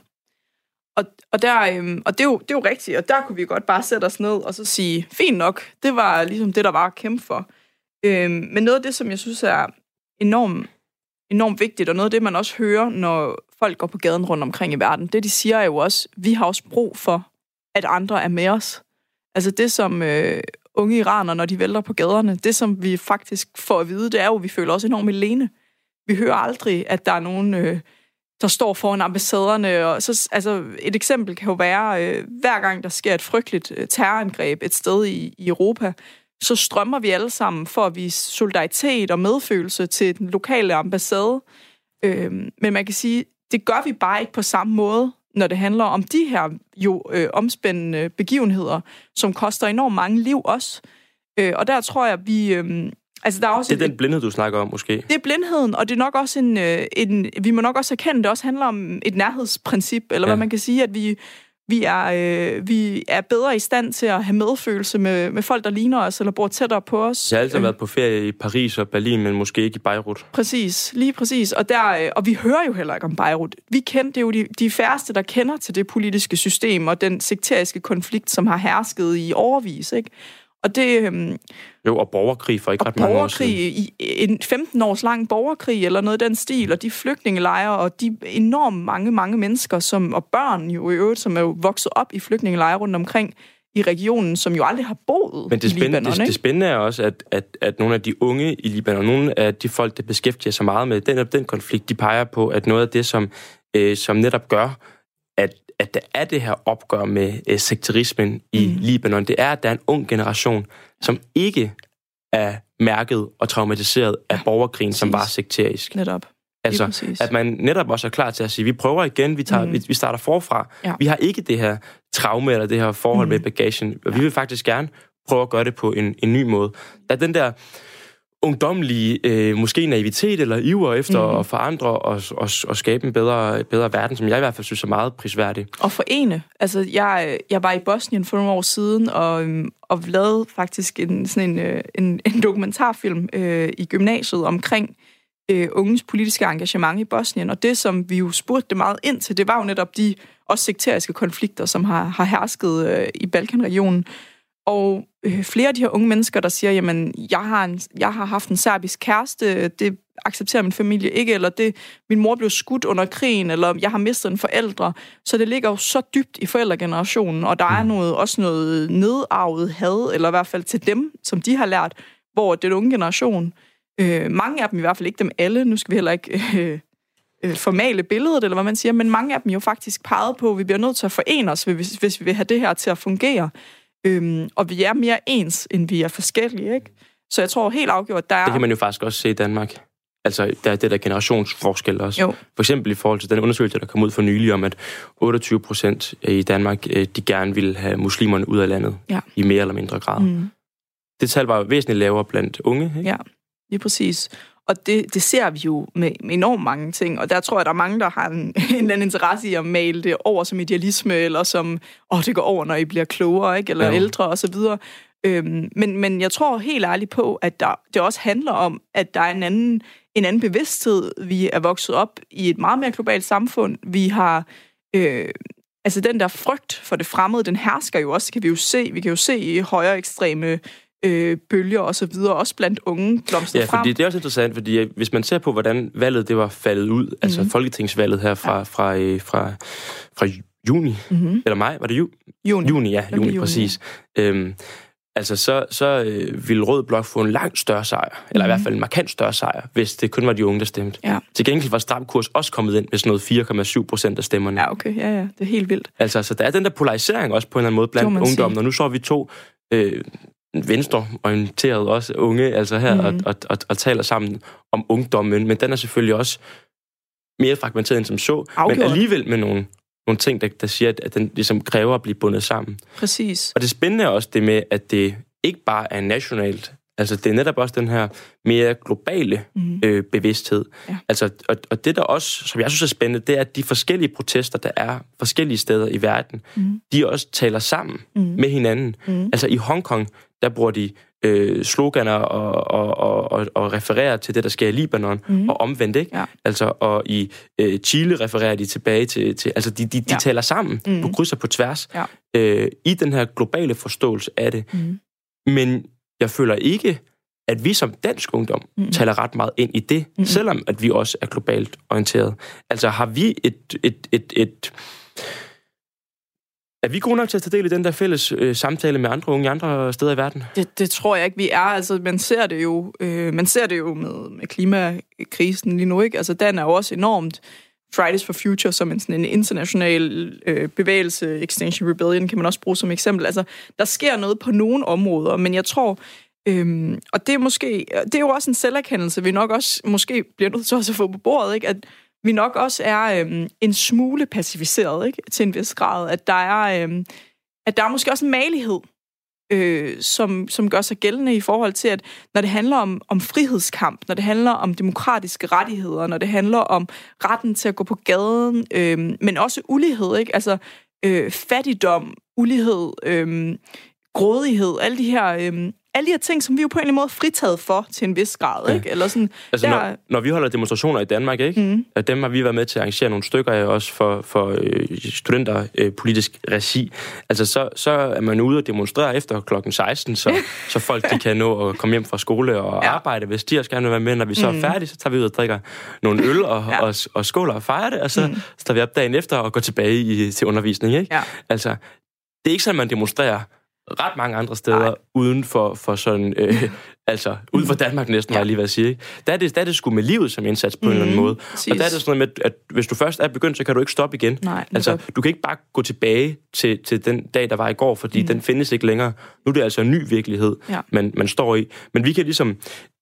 Speaker 3: Og, og, der, øhm, og det, er jo, det er jo rigtigt, og der kunne vi godt bare sætte os ned og så sige, fint nok, det var ligesom det, der var at kæmpe for. Øhm, men noget af det, som jeg synes er enormt, enormt vigtigt, og noget af det, man også hører, når folk går på gaden rundt omkring i verden, det de siger er jo også, vi har også brug for, at andre er med os. Altså det, som øh, unge iranere, når de vælter på gaderne, det, som vi faktisk får at vide, det er jo, at vi føler os enormt alene. Vi hører aldrig, at der er nogen, øh, der står foran ambassaderne. Og så, altså, et eksempel kan jo være, øh, hver gang der sker et frygteligt øh, terrorangreb et sted i, i Europa, så strømmer vi alle sammen for at vise solidaritet og medfølelse til den lokale ambassade. Øh, men man kan sige, det gør vi bare ikke på samme måde, når det handler om de her jo øh, omspændende begivenheder, som koster enormt mange liv også. Øh, og der tror jeg, vi... Øh, altså, der er også
Speaker 2: det er den blindhed, du snakker om, måske?
Speaker 3: Det er blindheden, og det er nok også en... Øh, en vi må nok også erkende, det også handler om et nærhedsprincip, eller ja. Hvad man kan sige, at vi... Vi er, øh, vi er bedre i stand til at have medfølelse med, med folk, der ligner os, eller bor tættere på os.
Speaker 2: Jeg har altid øh. været på ferie i Paris og Berlin, men måske ikke i Beirut.
Speaker 3: Præcis, lige præcis. Og, der, og vi hører jo heller ikke om Beirut. Vi kender, det er jo de, de færreste, der kender til det politiske system, og den sekteriske konflikt, som har hersket i årevis, ikke? Og det... Øhm,
Speaker 2: jo, og borgerkrig for ikke ret mange år siden.
Speaker 3: I en femten års lang borgerkrig, eller noget af den stil, og de flygtningelejre, og de enormt mange, mange mennesker, som, og børn jo i øvrigt, som er jo vokset op i flygtningelejre rundt omkring i regionen, som jo aldrig har boet
Speaker 2: Men det
Speaker 3: i Libanon.
Speaker 2: Det, det spændende er også, at, at, at nogle af de unge i Libanon, nogle af de folk, der beskæftiger sig meget med den, den konflikt, de peger på, at noget af det, som, øh, som netop gør, at at der er det her opgør med øh, sekterismen i mm. Libanon, det er, at der er en ung generation, som ikke er mærket og traumatiseret af borgerkrigen, præcis. Som var sekterisk.
Speaker 3: Netop.
Speaker 2: Altså, at man netop også er klar til at sige, vi prøver igen, vi, tager, mm. vi, vi starter forfra. Ja. Vi har ikke det her traume eller det her forhold mm. med bagagen, og vi vil faktisk gerne prøve at gøre det på en, en ny måde. Der er den der ungdomlige, øh, måske naivitet eller iver efter mm. at forandre og, og, og skabe en bedre, bedre verden, som jeg i hvert fald synes er meget prisværdig.
Speaker 3: Og forene. Altså, jeg, jeg var i Bosnien for nogle år siden, og, og lavede faktisk en, sådan en, en, en dokumentarfilm øh, i gymnasiet omkring øh, unges politiske engagement i Bosnien, og det, som vi jo spurgte det meget ind til, det var jo netop de også sekteriske konflikter, som har, har hersket øh, i Balkanregionen. Og øh, flere af de her unge mennesker, der siger, jamen, jeg har, en, jeg har haft en serbisk kæreste, det accepterer min familie ikke, eller det, min mor blev skudt under krigen, eller jeg har mistet en forældre. Så det ligger jo så dybt i forældregenerationen, og der er noget, også noget nedarvet had, eller i hvert fald til dem, som de har lært, hvor den unge generation, øh, mange af dem i hvert fald ikke dem alle, nu skal vi heller ikke øh, øh, formale billedet, eller hvad man siger, men mange af dem jo faktisk pegede på, at vi bliver nødt til at forene os, hvis, hvis vi vil have det her til at fungere. Øhm, og vi er mere ens, end vi er forskellige, ikke? Så jeg tror helt afgjort, der er...
Speaker 2: Det kan man jo faktisk også se i Danmark. Altså, der er det der generationsforskel også.
Speaker 3: Jo.
Speaker 2: For eksempel i forhold til den undersøgelse, der kom ud for nylig om, at otteogtyve procent i Danmark, de gerne vil have muslimerne ud af landet. Ja. I mere eller mindre grad. Mm. Det tal var væsentligt lavere blandt unge, ikke?
Speaker 3: Ja, lige præcis. Og det, det ser vi jo med, med enormt mange ting, og der tror jeg, der er mange, der har en, en eller anden interesse i at male det over som idealisme, eller som, åh, det går over, når I bliver klogere, ikke? Eller ja. ældre, og så videre. Øhm, men, men jeg tror helt ærligt på, at der, det også handler om, at der er en anden, en anden bevidsthed. Vi er vokset op i et meget mere globalt samfund. Vi har... Øh, altså den der frygt for det fremmede, den hersker jo også, kan vi jo se. Vi kan jo se i højere ekstreme øh, bølger og så videre, også blandt unge blomster
Speaker 2: ja,
Speaker 3: frem.
Speaker 2: Ja, fordi det er også interessant, fordi hvis man ser på, hvordan valget det var faldet ud, mm-hmm. altså folketingsvalget her fra, ja. fra, øh, fra, fra juni, mm-hmm. eller maj, var det ju?
Speaker 3: Juni?
Speaker 2: Juni, ja, juni,
Speaker 3: juni
Speaker 2: præcis. Ja. Øhm, altså, så, så øh, ville Rød Blok få en langt større sejr, mm-hmm. eller i hvert fald en markant større sejr, hvis det kun var de unge, der stemte. Ja. Til gengæld var Stram Kurs også kommet ind med sådan noget fire komma syv procent af stemmerne.
Speaker 3: Ja, okay, ja, ja, det er helt vildt.
Speaker 2: Altså, så der er den der polarisering også på en eller anden måde blandt ungdommen, og nu så vi to... Øh, venstreorienteret også unge, altså her, mm. og, og, og, og taler sammen om ungdommen, men den er selvfølgelig også mere fragmenteret end som så, afgjort. Men alligevel med nogle, nogle ting, der, der siger, at den ligesom kræver at blive bundet sammen.
Speaker 3: Præcis.
Speaker 2: Og det spændende er også det med, at det ikke bare er nationalt, altså det er netop også den her mere globale mm. øh, bevidsthed. Ja. Altså, og, og det der også, som jeg synes er spændende, det er, at de forskellige protester, der er forskellige steder i verden, mm. de også taler sammen mm. med hinanden. Mm. Altså i Hongkong, der bruger de øh, sloganer og, og, og, og, og refererer til det, der sker i Libanon, mm. og omvendt, ikke? Ja. Altså, og i øh, Chile refererer de tilbage til... til altså, de, de, de ja. taler sammen mm. på kryds og på tværs ja. øh, i den her globale forståelse af det. Mm. Men jeg føler ikke, at vi som dansk ungdom mm. taler ret meget ind i det, mm. selvom at vi også er globalt orienteret. Altså, har vi et... et, et, et Er vi gode nok til at tage del i den der fælles øh, samtale med andre unge i andre steder i verden?
Speaker 3: Det, det tror jeg ikke, vi er. Altså, man ser det jo, øh, man ser det jo med, med klimakrisen lige nu, ikke? Altså, den er jo også enormt. Fridays for Future som en, sådan en international øh, bevægelse, Extinction Rebellion kan man også bruge som eksempel. Altså, der sker noget på nogle områder, men jeg tror, øh, og det er måske, det er jo også en selverkendelse, vi nok også måske bliver nødt til også at få på bordet, ikke? At vi nok også er øhm, en smule pacificeret, ikke? Til en vis grad. At der er, øhm, at der er måske også en malighed, øh, som, som gør sig gældende i forhold til, at når det handler om, om frihedskamp, når det handler om demokratiske rettigheder, når det handler om retten til at gå på gaden, øh, men også ulighed, ikke? Altså øh, fattigdom, ulighed, øh, grådighed, alle de her... Øh, alle de her ting, som vi jo på en eller anden måde er fritaget for til en vis grad, ja. Ikke? Eller sådan,
Speaker 2: altså,
Speaker 3: der...
Speaker 2: når, når vi holder demonstrationer i Danmark, ikke? Mm. At dem har vi været med til at arrangere nogle stykker af, også for, for øh, studenter øh, politisk regi. Altså, så, så er man ude og demonstrere efter klokken seksten, så, så folk de kan nå at komme hjem fra skole og ja. arbejde. Hvis de også gerne vil være med, når vi så er færdige, så tager vi ud og drikker nogle øl og, ja. og, og skåler og fejrer det, og så mm. tager vi op dagen efter og går tilbage i, til undervisning. Ikke? Ja. Altså, det er ikke sådan, man demonstrerer ret mange andre steder Nej. uden for, for sådan, øh, altså, uden for Danmark næsten, ja. var jeg lige ved at sige. Ikke? Der er det, der er det sgu med livet som indsats på mm, en eller anden måde. Præcis. Og der er det sådan noget med, at hvis du først er begyndt, så kan du ikke stoppe igen.
Speaker 3: Nej,
Speaker 2: altså, du kan ikke bare gå tilbage til, til den dag, der var i går, fordi mm. den findes ikke længere. Nu er det altså en ny virkelighed, ja. man, man står i. Men vi kan ligesom,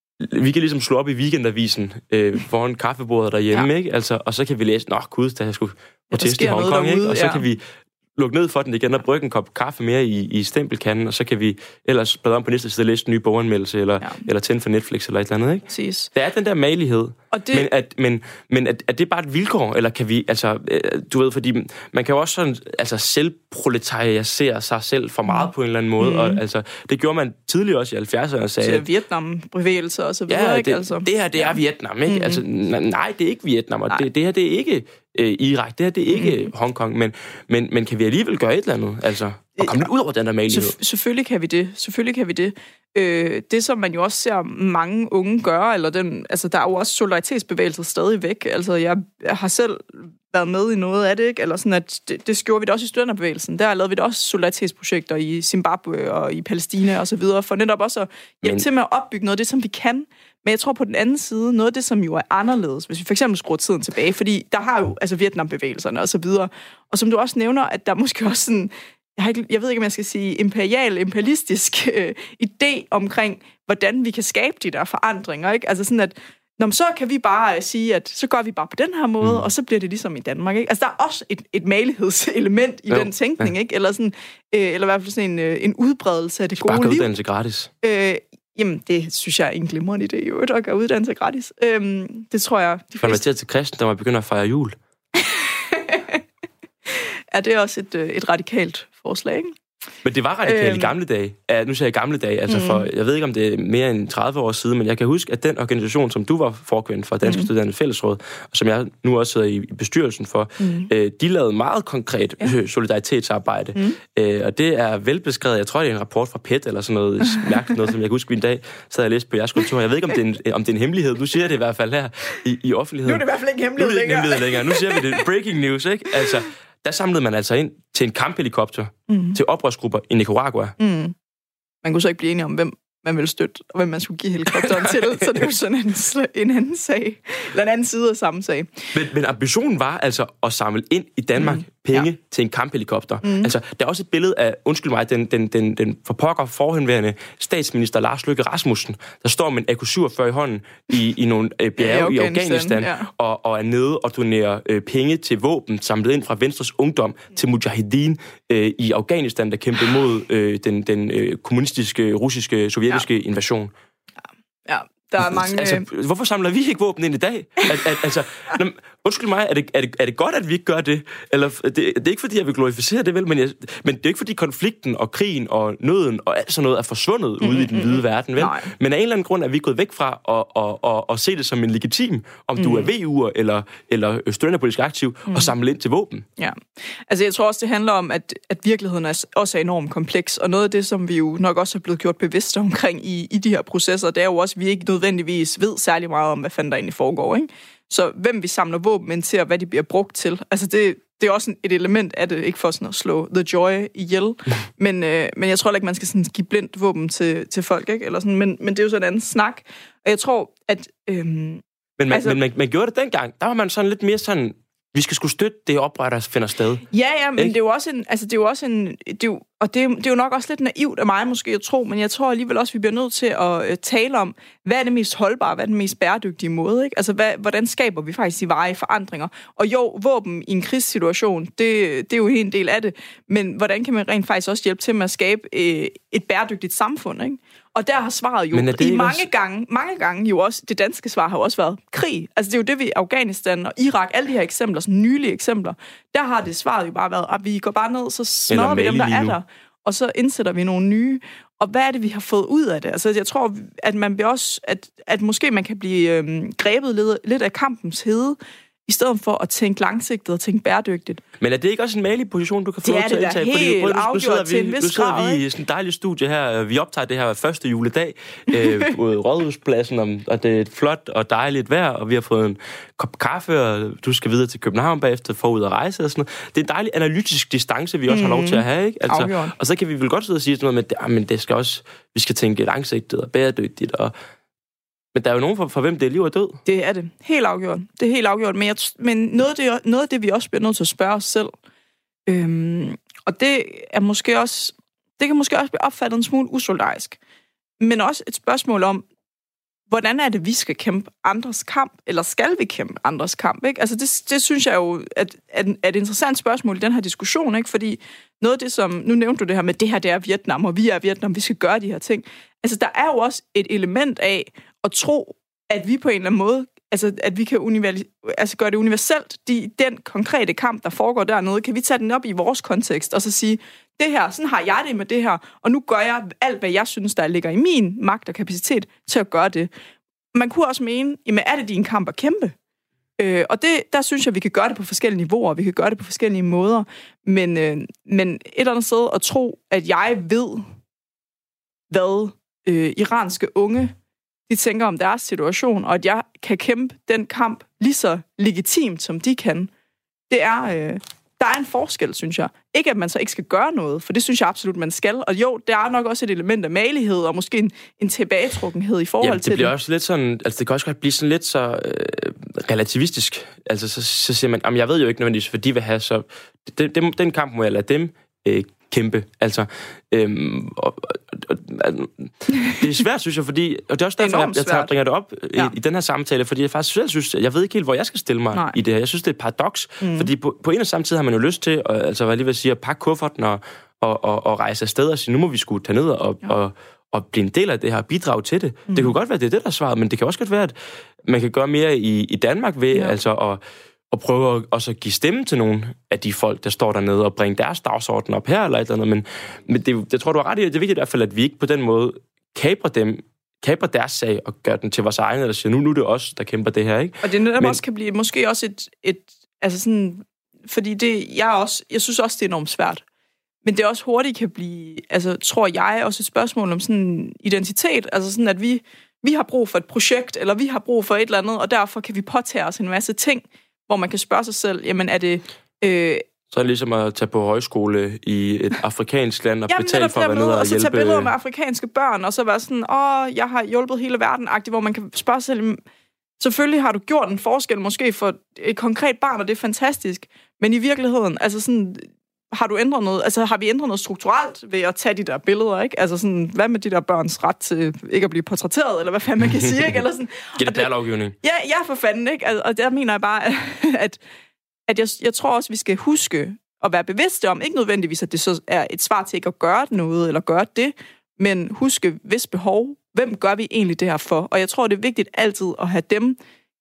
Speaker 2: vi kan ligesom slå op i weekendavisen øh, foran kaffebordet derhjemme, ja. ikke? Altså, og så kan vi læse, nå gud, der skulle protest ja, i Hongkong, ikke? Og så ja. kan vi lukke ned for den igen og brygge en kop kaffe mere i, i stempelkanden, og så kan vi ellers bladre om på næste side og læse en ny boganmeldelse, eller, ja. eller tænde for Netflix, eller et eller andet, ikke?
Speaker 3: Præcis.
Speaker 2: Der er den der malighed. Og det... Men, at, men, men at, at det er bare et vilkår, eller kan vi, altså, du ved, fordi man kan jo også sådan, altså, selvproletarisere sig selv for meget mm. på en eller anden måde, mm. og altså, det gjorde man tidligere også i halvfjerdserne, og sagde...
Speaker 3: Til Vietnam-bevægelser og så videre,
Speaker 2: ja,
Speaker 3: ikke?
Speaker 2: Det,
Speaker 3: altså.
Speaker 2: det her, det er Vietnam, ikke? Mm. Altså, nej, det er ikke Vietnam, og det, det her, det er ikke... Irak, det her, det er ikke mm. Hongkong, men, men, men kan vi alligevel gøre et eller andet, altså, og komme lidt ud over den der malighed?
Speaker 3: Selvf- selvfølgelig kan vi det, selvfølgelig kan vi det. Øh, det, som man jo også ser mange unge gøre, eller den, altså, der er jo også solidaritetsbevægelser stadig væk, altså, jeg, jeg har selv været med i noget af det, ikke? Eller sådan, at det, det gjorde vi det også i studenterbevægelsen. Der lavede vi det også solidaritetsprojekter i Zimbabwe og i Palæstina og så videre, for netop også at hjælpe men... til med at opbygge noget af det, som vi kan, Men jeg tror på den anden side, noget af det, som jo er anderledes, hvis vi for eksempel skruer tiden tilbage, fordi der har jo altså Vietnam-bevægelserne og så videre, og som du også nævner, at der måske også sådan, jeg, har ikke, jeg ved ikke, om jeg skal sige imperial, imperialistisk øh, idé omkring, hvordan vi kan skabe de der forandringer, ikke? Altså sådan, at Nå, så kan vi bare sige, at så gør vi bare på den her måde, mm. og så bliver det ligesom i Danmark, ikke? Altså, der er også et, et malighedselement i jo, den tænkning, ja. Ikke? Eller, sådan, øh, eller i hvert fald sådan en, øh, en udbredelse af det gode liv. Bare
Speaker 2: uddannelse gratis.
Speaker 3: Øh, jamen, det synes jeg er en glimrende idé, jo, at gøre uddannelse gratis. Øh, det tror jeg, de
Speaker 2: fleste... Man til kristen, der var begynder at fejre jul.
Speaker 3: Ja, det er også et, et radikalt forslag, ikke?
Speaker 2: Men det var radikalt øhm. i gamle dage. Ja, nu siger jeg gamle dage, altså mm. for, jeg ved ikke, om det er mere end tredive år siden, men jeg kan huske, at den organisation, som du var forkvinde for, Danske mm. Studerende Fællesråd, og som jeg nu også sidder i bestyrelsen for, mm. øh, de lavede meget konkret ja. solidaritetsarbejde. Mm. Øh, og det er velbeskrevet, jeg tror, det er en rapport fra P E T eller sådan noget, mærkeligt noget, som jeg kan huske en dag, så jeg læste på jeres kontor. Jeg ved ikke, om det, er en, om det er en hemmelighed. Nu siger jeg det i hvert fald her i, i offentligheden.
Speaker 3: Nu er det i hvert fald ikke hemmelighed længere.
Speaker 2: Nu er det ikke hemmelighed længere. Nu siger vi det. Breaking news, ikke? Altså, der samlede man altså ind til en kamphelikopter, mm. til oprørsgrupper i Nicaragua.
Speaker 3: Mm. Man kunne så ikke blive enige om, hvem man ville støtte, og hvem man skulle give helikopteren til, så det er jo sådan en, en anden sag, eller en anden side af samme sag.
Speaker 2: Men, men ambitionen var altså at samle ind i Danmark mm. penge ja. til en kamphelikopter. Mm. Altså, der er også et billede af, undskyld mig, den, den, den, den for pokker forhenværende statsminister Lars Løkke Rasmussen, der står med en A K syvogfyrre i hånden i, i nogle øh, bjerge i Afghanistan, i Afghanistan ja. og, og er nede og donerer øh, penge til våben, samlet ind fra Venstres Ungdom mm. til Mujahedin øh, i Afghanistan, der kæmpede mod øh, den, den øh, kommunistiske, russiske, sovjetiske ja. invasion.
Speaker 3: Ja. ja. Der er mange...
Speaker 2: Altså, hvorfor samler vi ikke våben ind i dag? Al, al, altså, undskyld mig, er det, er, det, er det godt, at vi ikke gør det? Eller, det, det er ikke, fordi jeg vil glorificere det, vel, men, jeg, men det er ikke, fordi konflikten og krigen og nøden og alt sådan noget er forsvundet mm, ude i den hvide mm, verden, vel? Nej. Men af en eller anden grund er vi gået væk fra at, at, at, at se det som en legitim, om mm. du er V U'er eller, eller studenterpolitisk aktiv, mm. og samle ind til våben.
Speaker 3: Ja. Altså, jeg tror også, det handler om, at, at virkeligheden er også er enormt kompleks, og noget af det, som vi jo nok også er blevet gjort bevidste omkring i, i de her processer, det er jo også, at vi ikke nødvendigvis ved særlig meget om, hvad fanden der egentlig foregår, ikke? Så hvem vi samler våben ind til, og hvad de bliver brugt til, altså det, det er også et element af det, ikke for sådan at slå The Joy ihjel, men, øh, men jeg tror ikke, man skal sådan give blindt våben til, til folk, ikke? Eller sådan, men, men det er jo sådan en anden snak, og jeg tror, at... Øhm,
Speaker 2: men man, altså, men man, man gjorde det dengang, der var man sådan lidt mere sådan... Vi skal skulle støtte det oprør, der finder sted.
Speaker 3: Ja, ja, men ikke? det er jo også en... Altså, det er jo også en... Det er jo, og det er, det er jo nok også lidt naivt af mig, måske at tro, men jeg tror alligevel også, vi bliver nødt til at uh, tale om, hvad er det mest holdbare, hvad er den mest bæredygtige måde, ikke? Altså, hvad, hvordan skaber vi faktisk de varige forandringer? Og jo, våben i en krigssituation, det, det er jo en del af det, men hvordan kan man rent faktisk også hjælpe til med at skabe uh, et bæredygtigt samfund, ikke? Og der har svaret jo i mange også... gange, mange gange jo også, det danske svar har jo også været krig. Altså det er jo det, vi Afghanistan og Irak, alle de her eksempler, sådan nylige eksempler, der har det svaret jo bare været, at vi går bare ned, så smadrer vi dem, der er der, og så indsætter vi nogle nye. Og hvad er det, vi har fået ud af det? Altså jeg tror, at man bliver også, at, at måske man kan blive øhm, grebet lidt, lidt af kampens hede, i stedet for at tænke langsigtet og tænke bæredygtigt.
Speaker 2: Men er det ikke også en malig position, du kan få lov til at indtage?
Speaker 3: Det er det da helt afgjort til en vis grad.
Speaker 2: Nu sidder vi i sådan en dejlig studie her. Vi optager det her første juledag øh, på Rådhuspladsen, og det er et flot og dejligt vejr, og vi har fået en kop kaffe, og du skal videre til København bagefter for ud at rejse og sådan noget. Det er en dejlig analytisk distance, vi også mm. har lov til at have, ikke? Altså, og så kan vi vel godt sidde og sige sådan noget med, at men det skal også, vi skal tænke langsigtet og bæredygtigt, og men der er jo nogen, for, for hvem det er liv og død.
Speaker 3: Det er det. Helt afgjort. Det er helt afgjort. Men, jeg, men noget, af det, noget af det, vi også bliver nødt til at spørge os selv, øhm, og det er måske også, det kan måske også blive opfattet en smule usolidarisk, men også et spørgsmål om, hvordan er det, vi skal kæmpe andres kamp, eller skal vi kæmpe andres kamp, ikke? Altså det, det synes jeg jo at, at, at et interessant spørgsmål i den her diskussion, ikke? Fordi noget af det, som, nu nævnte du det her med, det her det er Vietnam, og vi er Vietnam, vi skal gøre de her ting. Altså der er jo også et element af at tro, at vi på en eller anden måde, altså at vi kan univer- altså gøre det universelt, de, den konkrete kamp, der foregår dernede, kan vi tage den op i vores kontekst, og så sige, det her, sådan har jeg det med det her, og nu gør jeg alt, hvad jeg synes, der ligger i min magt og kapacitet til at gøre det. Man kunne også mene, jamen er det din kamp at kæmpe? Øh, og det, der synes jeg, vi kan gøre det på forskellige niveauer, vi kan gøre det på forskellige måder, men, øh, men et eller andet sted at tro, at jeg ved, hvad øh, iranske unge de tænker om deres situation, og at jeg kan kæmpe den kamp lige så legitimt, som de kan, det er, øh, der er en forskel, synes jeg. Ikke, at man så ikke skal gøre noget, for det synes jeg absolut, man skal. Og jo, der er nok også et element af malighed, og måske en, en tilbagetrukkenhed i forhold
Speaker 2: Jamen, det
Speaker 3: til det.
Speaker 2: bliver også lidt sådan, altså det kan også godt blive sådan lidt så øh, relativistisk. Altså, så, så siger man, jamen, jeg ved jo ikke nødvendigvis, hvad de vil have, så det, det, den kamp må jeg lade dem øh, kæmpe. Altså, øhm, og, og, og, altså, det er svært, synes jeg, fordi, og det er også derfor, jeg, jeg tager, bringer det op ja. i, i den her samtale, fordi jeg faktisk selv synes, jeg ved ikke helt, hvor jeg skal stille mig Nej. i det her. Jeg synes, det er et paradoks, mm. fordi på, på en og samme tid har man jo lyst til, at, altså, hvad jeg lige vil sige, at pakke kufferten og, og, og, og rejse afsted og sige, nu må vi sgu tage ned og, ja. og, og blive en del af det her, bidrage til det. Mm. Det kunne godt være, det er det, der er svaret, men det kan også godt være, at man kan gøre mere i, i Danmark ved, ja. altså, at og prøve at også give stemme til nogle af de folk, der står dernede, og bringe deres dagsorden op her, eller et eller andet. Men, men det, det tror du er ret i, det er vigtigt i hvert fald, at vi ikke på den måde kaprer dem, kaprer deres sag, og gør den til vores egen, eller siger, nu, nu er det os, der kæmper det her, ikke?
Speaker 3: Og det netop men, også kan blive, måske også et, et, altså sådan, fordi det, jeg også, jeg synes også, det er enormt svært. Men det også hurtigt kan blive, altså tror jeg, også et spørgsmål om sådan identitet, altså sådan, at vi, vi har brug for et projekt, eller vi har brug for et eller andet, og derfor kan vi påtage os en masse ting, hvor man kan spørge sig selv, jamen er det... Øh,
Speaker 2: så er det ligesom at tage på højskole i et afrikansk land og jamen, betale for at være nede og, og hjælpe...
Speaker 3: og så tage billeder med afrikanske børn, og så være sådan, åh, jeg har hjulpet hele verden-agtigt, hvor man kan spørge sig selv, selvfølgelig har du gjort en forskel måske for et konkret barn, og det er fantastisk, men i virkeligheden, altså sådan... Har du ændret noget? Altså, har vi ændret noget strukturelt ved at tage de der billeder, ikke? Altså sådan, hvad med de der børns ret til ikke at blive portrætteret, eller hvad fanden man kan sige, ikke? Eller sådan.
Speaker 2: G D P R-lovgivning.
Speaker 3: Ja, ja, for fanden, ikke? Altså, og der mener jeg bare, at, at jeg, jeg tror også, vi skal huske at være bevidste om, ikke nødvendigvis, at det så er et svar til ikke at gøre noget, eller gøre det, men huske, hvis behov, hvem gør vi egentlig det her for? Og jeg tror, det er vigtigt altid at have dem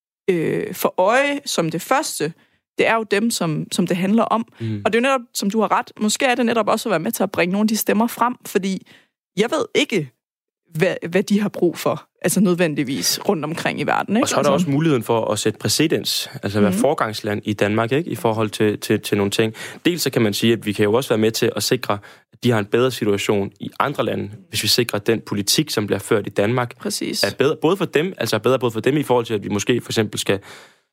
Speaker 3: øh, for øje som det første. Det er jo dem, som, som det handler om. Mm. Og det er jo netop, som du har ret, måske er det netop også at være med til at bringe nogle af de stemmer frem, fordi jeg ved ikke, hvad, hvad de har brug for, altså nødvendigvis rundt omkring i verden. Ikke?
Speaker 2: Og så er der også muligheden for at sætte præcedens, altså at være mm. forgangsland i Danmark, ikke? I forhold til, til, til nogle ting. Dels så kan man sige, at vi kan jo også være med til at sikre, at de har en bedre situation i andre lande, hvis vi sikrer, at den politik, som bliver ført i Danmark,
Speaker 3: Præcis.
Speaker 2: er bedre både for dem, altså er bedre både for dem i forhold til, at vi måske for eksempel skal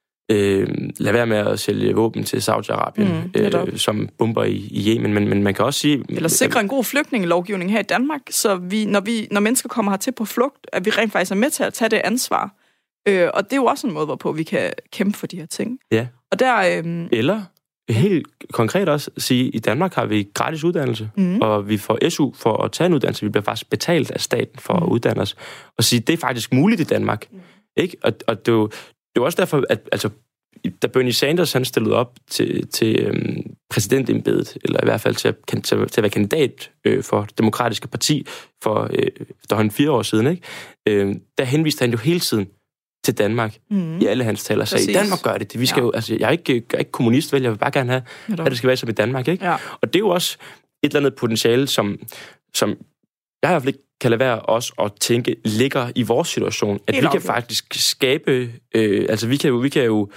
Speaker 2: Øh, lad være med at sælge våben til Saudi-Arabien, mm, øh, som bomber i, i Yemen, men, men man kan også sige...
Speaker 3: Eller sikre en god flygtningelovgivning her i Danmark, så vi, når, vi, når mennesker kommer hertil på flugt, at vi rent faktisk er med til at tage det ansvar. Øh, og det er jo også en måde, hvorpå vi kan kæmpe for de her ting.
Speaker 2: Ja.
Speaker 3: Og der, øh,
Speaker 2: Eller helt konkret også sige, at i Danmark har vi gratis uddannelse, mm. og vi får S U for at tage en uddannelse. Vi bliver faktisk betalt af staten for mm. at uddanne os. Og sige, det er faktisk muligt i Danmark. Mm. Ikke? Og, og det er jo Det var også derfor, at altså, da Bernie Sanders han stillede op til, til øhm, præsidentembedet, eller i hvert fald til at, til, til at være kandidat øh, for det demokratiske parti for øh, efterhånden fire år siden, ikke? Øh, der henviste han jo hele tiden til Danmark mm. i alle hans taler. Så i Danmark gør det det. Vi skal ja. jo, altså, jeg er ikke, jeg er ikke kommunist, vel? Jeg vil bare gerne have, ja, at det skal være som i Danmark, ikke? Ja. Og det er jo også et eller andet potentiale, som, som jeg har i hvert fald ikke kan lade være os at tænke, ligger i vores situation. At Helt vi kan afgjort. faktisk skabe... Øh, altså, vi kan jo... Vi kan jo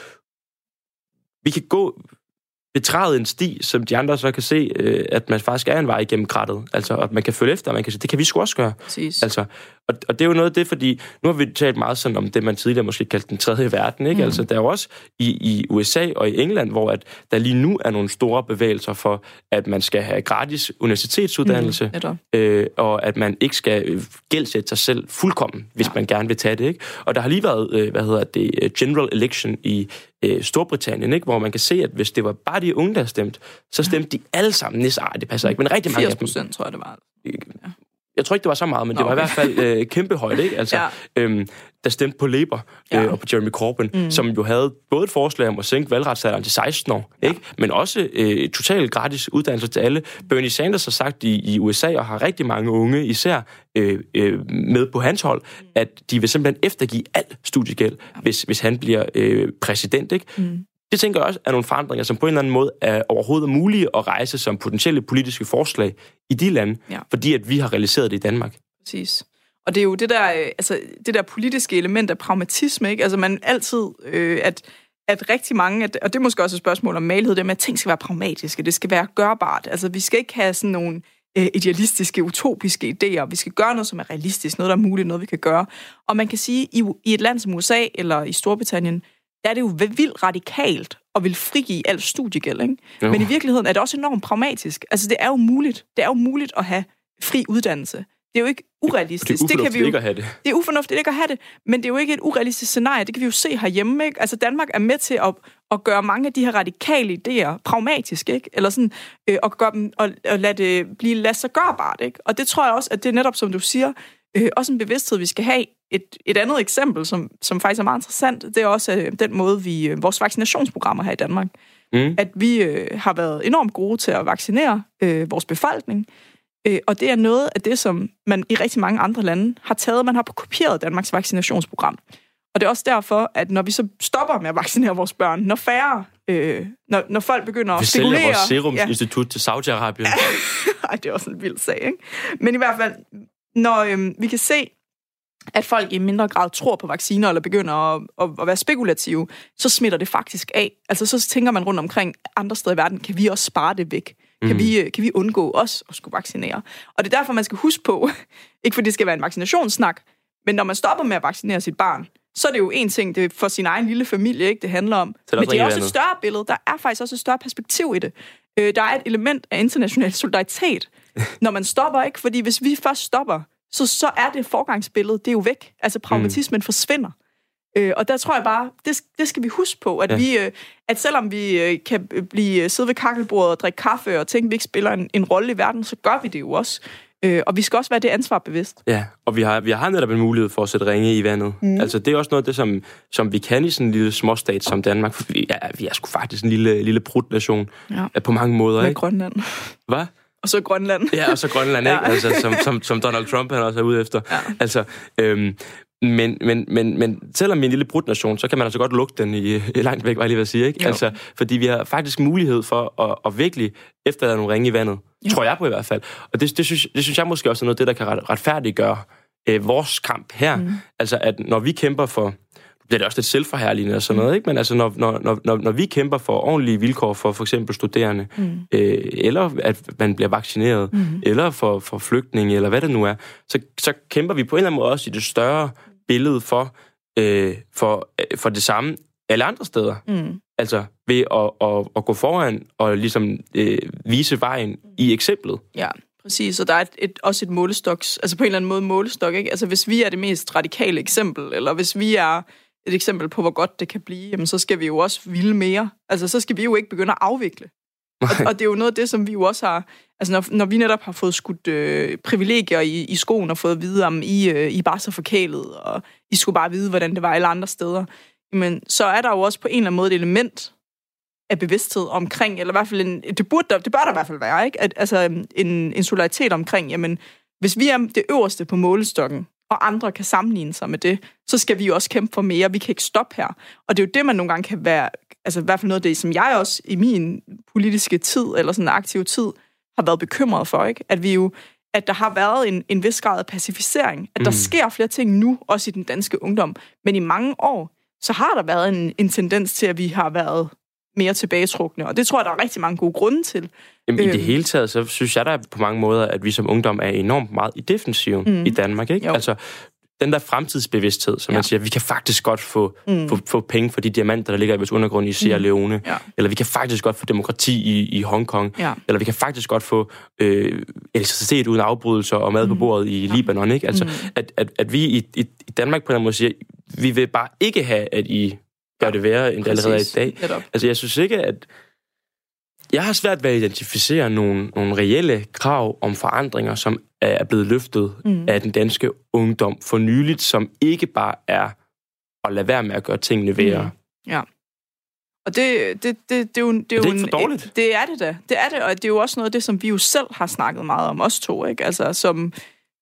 Speaker 2: vi kan gå... betræde en sti, som de andre så kan se, øh, at man faktisk er en vej igennem krattet. Altså, at man kan følge efter, og man kan sige, det kan vi sgu også gøre.
Speaker 3: Præcis.
Speaker 2: Altså, og, og det er jo noget af det, fordi nu har vi talt meget sådan om det, man tidligere måske kaldte den tredje verden, ikke? Mm. Altså, der er jo også i, i U S A og i England, hvor at der lige nu er nogle store bevægelser for, at man skal have gratis universitetsuddannelse, mm. øh, og at man ikke skal gældsætte sig selv fuldkommen, hvis ja. man gerne vil tage det, ikke? Og der har lige været, øh, hvad hedder det, general election i øh, Storbritannien, ikke? Hvor man kan se, at hvis det var bare de unge, der stemte, så stemte de alle sammen næsten, ah, det passer ikke, men rigtig mange
Speaker 3: firs procent, tror jeg, det var.
Speaker 2: Ja. Jeg tror ikke, det var så meget, men Nå, det var okay. i hvert fald øh, kæmpe højt, ikke? Altså, ja. øhm, der stemte på Labour øh, ja. og på Jeremy Corbyn, mm. som jo havde både et forslag om at sænke valgretsalderen til seksten år, ja. ikke? Men også øh, totalt gratis uddannelse til alle. Bernie Sanders har sagt i, i U S A, og har rigtig mange unge især øh, øh, med på hans hold, mm. at de vil simpelthen eftergive alt studiegæld, ja. hvis, hvis han bliver øh, præsident, ikke? Mm. Det tænker jeg også er nogle forandringer, som på en eller anden måde er overhovedet mulige at rejse som potentielle politiske forslag i de lande, ja. fordi at vi har realiseret det i Danmark.
Speaker 3: Præcis. Og det er jo det der, altså, det der politiske element af pragmatisme, ikke? Altså man altid, øh, at, at rigtig mange, at, og det er måske også et spørgsmål om malighed, det med, at ting skal være pragmatiske, det skal være gørbart. Altså vi skal ikke have sådan nogle øh, idealistiske, utopiske idéer. Vi skal gøre noget, som er realistisk, noget, der er muligt, noget, vi kan gøre. Og man kan sige, i, i et land som U S A eller i Storbritannien, der er det jo vildt radikalt og vil frigive al studiegæld, ikke? Men i virkeligheden er det også enormt pragmatisk. Altså, det er jo muligt. Det er jo muligt at have fri uddannelse. Det er jo ikke urealistisk.
Speaker 2: Det er ufornuftigt
Speaker 3: det kan vi jo,
Speaker 2: ikke at have det.
Speaker 3: Det er ufornuftigt ikke at have det, men det er jo ikke et urealistisk scenarie. Det kan vi jo se herhjemme, ikke? Altså, Danmark er med til at, at gøre mange af de her radikale idéer pragmatiske, ikke? Eller sådan, øh, at gøre dem, og, og lade det blive lade sig gørbart, ikke? Og det tror jeg også, at det er netop, som du siger, øh, også en bevidsthed, vi skal have. Et, et andet eksempel, som, som faktisk er meget interessant, det er også øh, den måde, vi øh, vores vaccinationsprogrammer her i Danmark, mm. at vi øh, har været enormt gode til at vaccinere øh, vores befolkning, øh, og det er noget af det, som man i rigtig mange andre lande har taget. Man har kopieret Danmarks vaccinationsprogram. Og det er også derfor, at når vi så stopper med at vaccinere vores børn, når færre, øh, når, når folk begynder at
Speaker 2: vi
Speaker 3: spekulere...
Speaker 2: Vi sælger vores Seruminstitut ja. til Saudi-Arabien.
Speaker 3: Ej, det er også en vild sag, ikke? Men i hvert fald, når øh, vi kan se, at folk i mindre grad tror på vacciner, eller begynder at, at, at være spekulative, så smitter det faktisk af. Altså, så tænker man rundt omkring andre steder i verden, kan vi også spare det væk? Kan, mm. vi, kan vi undgå os at skulle vaccinere? Og det er derfor, man skal huske på, ikke fordi det skal være en vaccinationssnak, men når man stopper med at vaccinere sit barn, så er det jo en ting, det er for sin egen lille familie, ikke, det handler om. Det men det er også et større billede. Der er faktisk også et større perspektiv i det. Øh, der er et element af international solidaritet, når man stopper, ikke? Fordi hvis vi først stopper, så, så er det forgangsbillede, det er jo væk. Altså pragmatismen mm. forsvinder. Øh, og der tror jeg bare, det, det skal vi huske på, at, ja. vi, øh, at selvom vi øh, kan blive sidde ved kakkelbordet og drikke kaffe og tænke, at vi ikke spiller en, en rolle i verden, så gør vi det jo også. Øh, og vi skal også være det ansvar bevidst.
Speaker 2: Ja, og vi har, vi har netop en mulighed for at sætte ringe i vandet. Mm. Altså, det er også noget af det, som, som vi kan i sådan en lille småstat som Danmark. For vi er, vi er sgu faktisk en lille, lille brudnation ja. på mange måder.
Speaker 3: Med
Speaker 2: ikke?
Speaker 3: Grønland.
Speaker 2: Hvad?
Speaker 3: Og så Grønland.
Speaker 2: Ja, og så Grønland, ikke? Ja. Altså, som, som, som Donald Trump han også er ude efter. Ja. Altså, øhm, men, men, men, men selvom vi er en lille brudnation, så kan man altså godt lugte den i, i langt væk, var jeg lige ved at sige, ikke? Altså, fordi vi har faktisk mulighed for at, at virkelig efterlade nogle ringe i vandet. Jo. Tror jeg på i hvert fald. Og det, det, synes, det synes jeg måske også er noget af det, der kan retfærdiggøre øh, vores kamp her. Mm. Altså, at når vi kæmper for... Det er det også lidt selvforherligende og sådan noget, ikke? Men altså, når, når, når, når vi kæmper for ordentlige vilkår for for eksempel studerende, mm. øh, eller at man bliver vaccineret, mm. eller for, for flygtninge, eller hvad det nu er, så, så kæmper vi på en eller anden måde også i det større billede for, øh, for, øh, for det samme alle andre steder. Mm. Altså ved at, at, at gå foran og ligesom øh, vise vejen i eksemplet.
Speaker 3: Ja. Præcis, og der er et, et, også et målestoks, altså på en eller anden måde målestok, ikke? Altså hvis vi er det mest radikale eksempel, eller hvis vi er et eksempel på, hvor godt det kan blive, jamen så skal vi jo også ville mere. Altså så skal vi jo ikke begynde at afvikle. Og, og det er jo noget af det, som vi jo også har, altså når, når vi netop har fået skudt øh, privilegier i, i skoen og fået at vide, om I, øh, I er bare så forkælet, og I skulle bare vide, hvordan det var alle andre steder, men så er der jo også på en eller anden måde et element af bevidsthed omkring, eller i hvert fald en, det, burde der, det bør der i hvert fald være, ikke? At, altså en, en solidaritet omkring, jamen, hvis vi er det øverste på målestokken, og andre kan sammenligne sig med det, så skal vi jo også kæmpe for mere. Vi kan ikke stoppe her. Og det er jo det, man nogle gange kan være, altså i hvert fald noget af det, som jeg også i min politiske tid, eller sådan en aktiv tid, har været bekymret for, ikke? At vi jo, at der har været en, en vis grad af pacificering, at der mm. sker flere ting nu, også i den danske ungdom, men i mange år, så har der været en, en tendens til, at vi har været mere tilbagetrukne, og det tror jeg, der er rigtig mange gode grunde til.
Speaker 2: Jamen, i det hele taget, så synes jeg, der er på mange måder, at vi som ungdom er enormt meget i defensiven mm. i Danmark, ikke? Jo. Altså, den der fremtidsbevidsthed, som ja. man siger, vi kan faktisk godt få, mm. få, få penge for de diamanter, der ligger i vores undergrund i Sierra Leone, mm. ja. eller vi kan faktisk godt få demokrati i, i Hongkong, ja. eller vi kan faktisk godt få øh, elektricitet uden afbrydelser og mad mm. på bordet i ja. Libanon, ikke? Altså, mm. at, at, at vi i, i, i Danmark på en måde siger, vi vil bare ikke have, at I gør det værre, end det allerede er i dag. Netop. Altså, jeg synes ikke, at... Jeg har svært ved at identificere nogle, nogle reelle krav om forandringer, som er blevet løftet mm. af den danske ungdom for nyligt, som ikke bare er at lade være med at gøre tingene værre.
Speaker 3: Mm. Ja. Og det, det, det, det er jo... Det er,
Speaker 2: er det
Speaker 3: jo
Speaker 2: ikke for dårligt?
Speaker 3: En, det er det da. Det er det, og det er jo også noget af det, som vi jo selv har snakket meget om, os to, ikke? Altså, som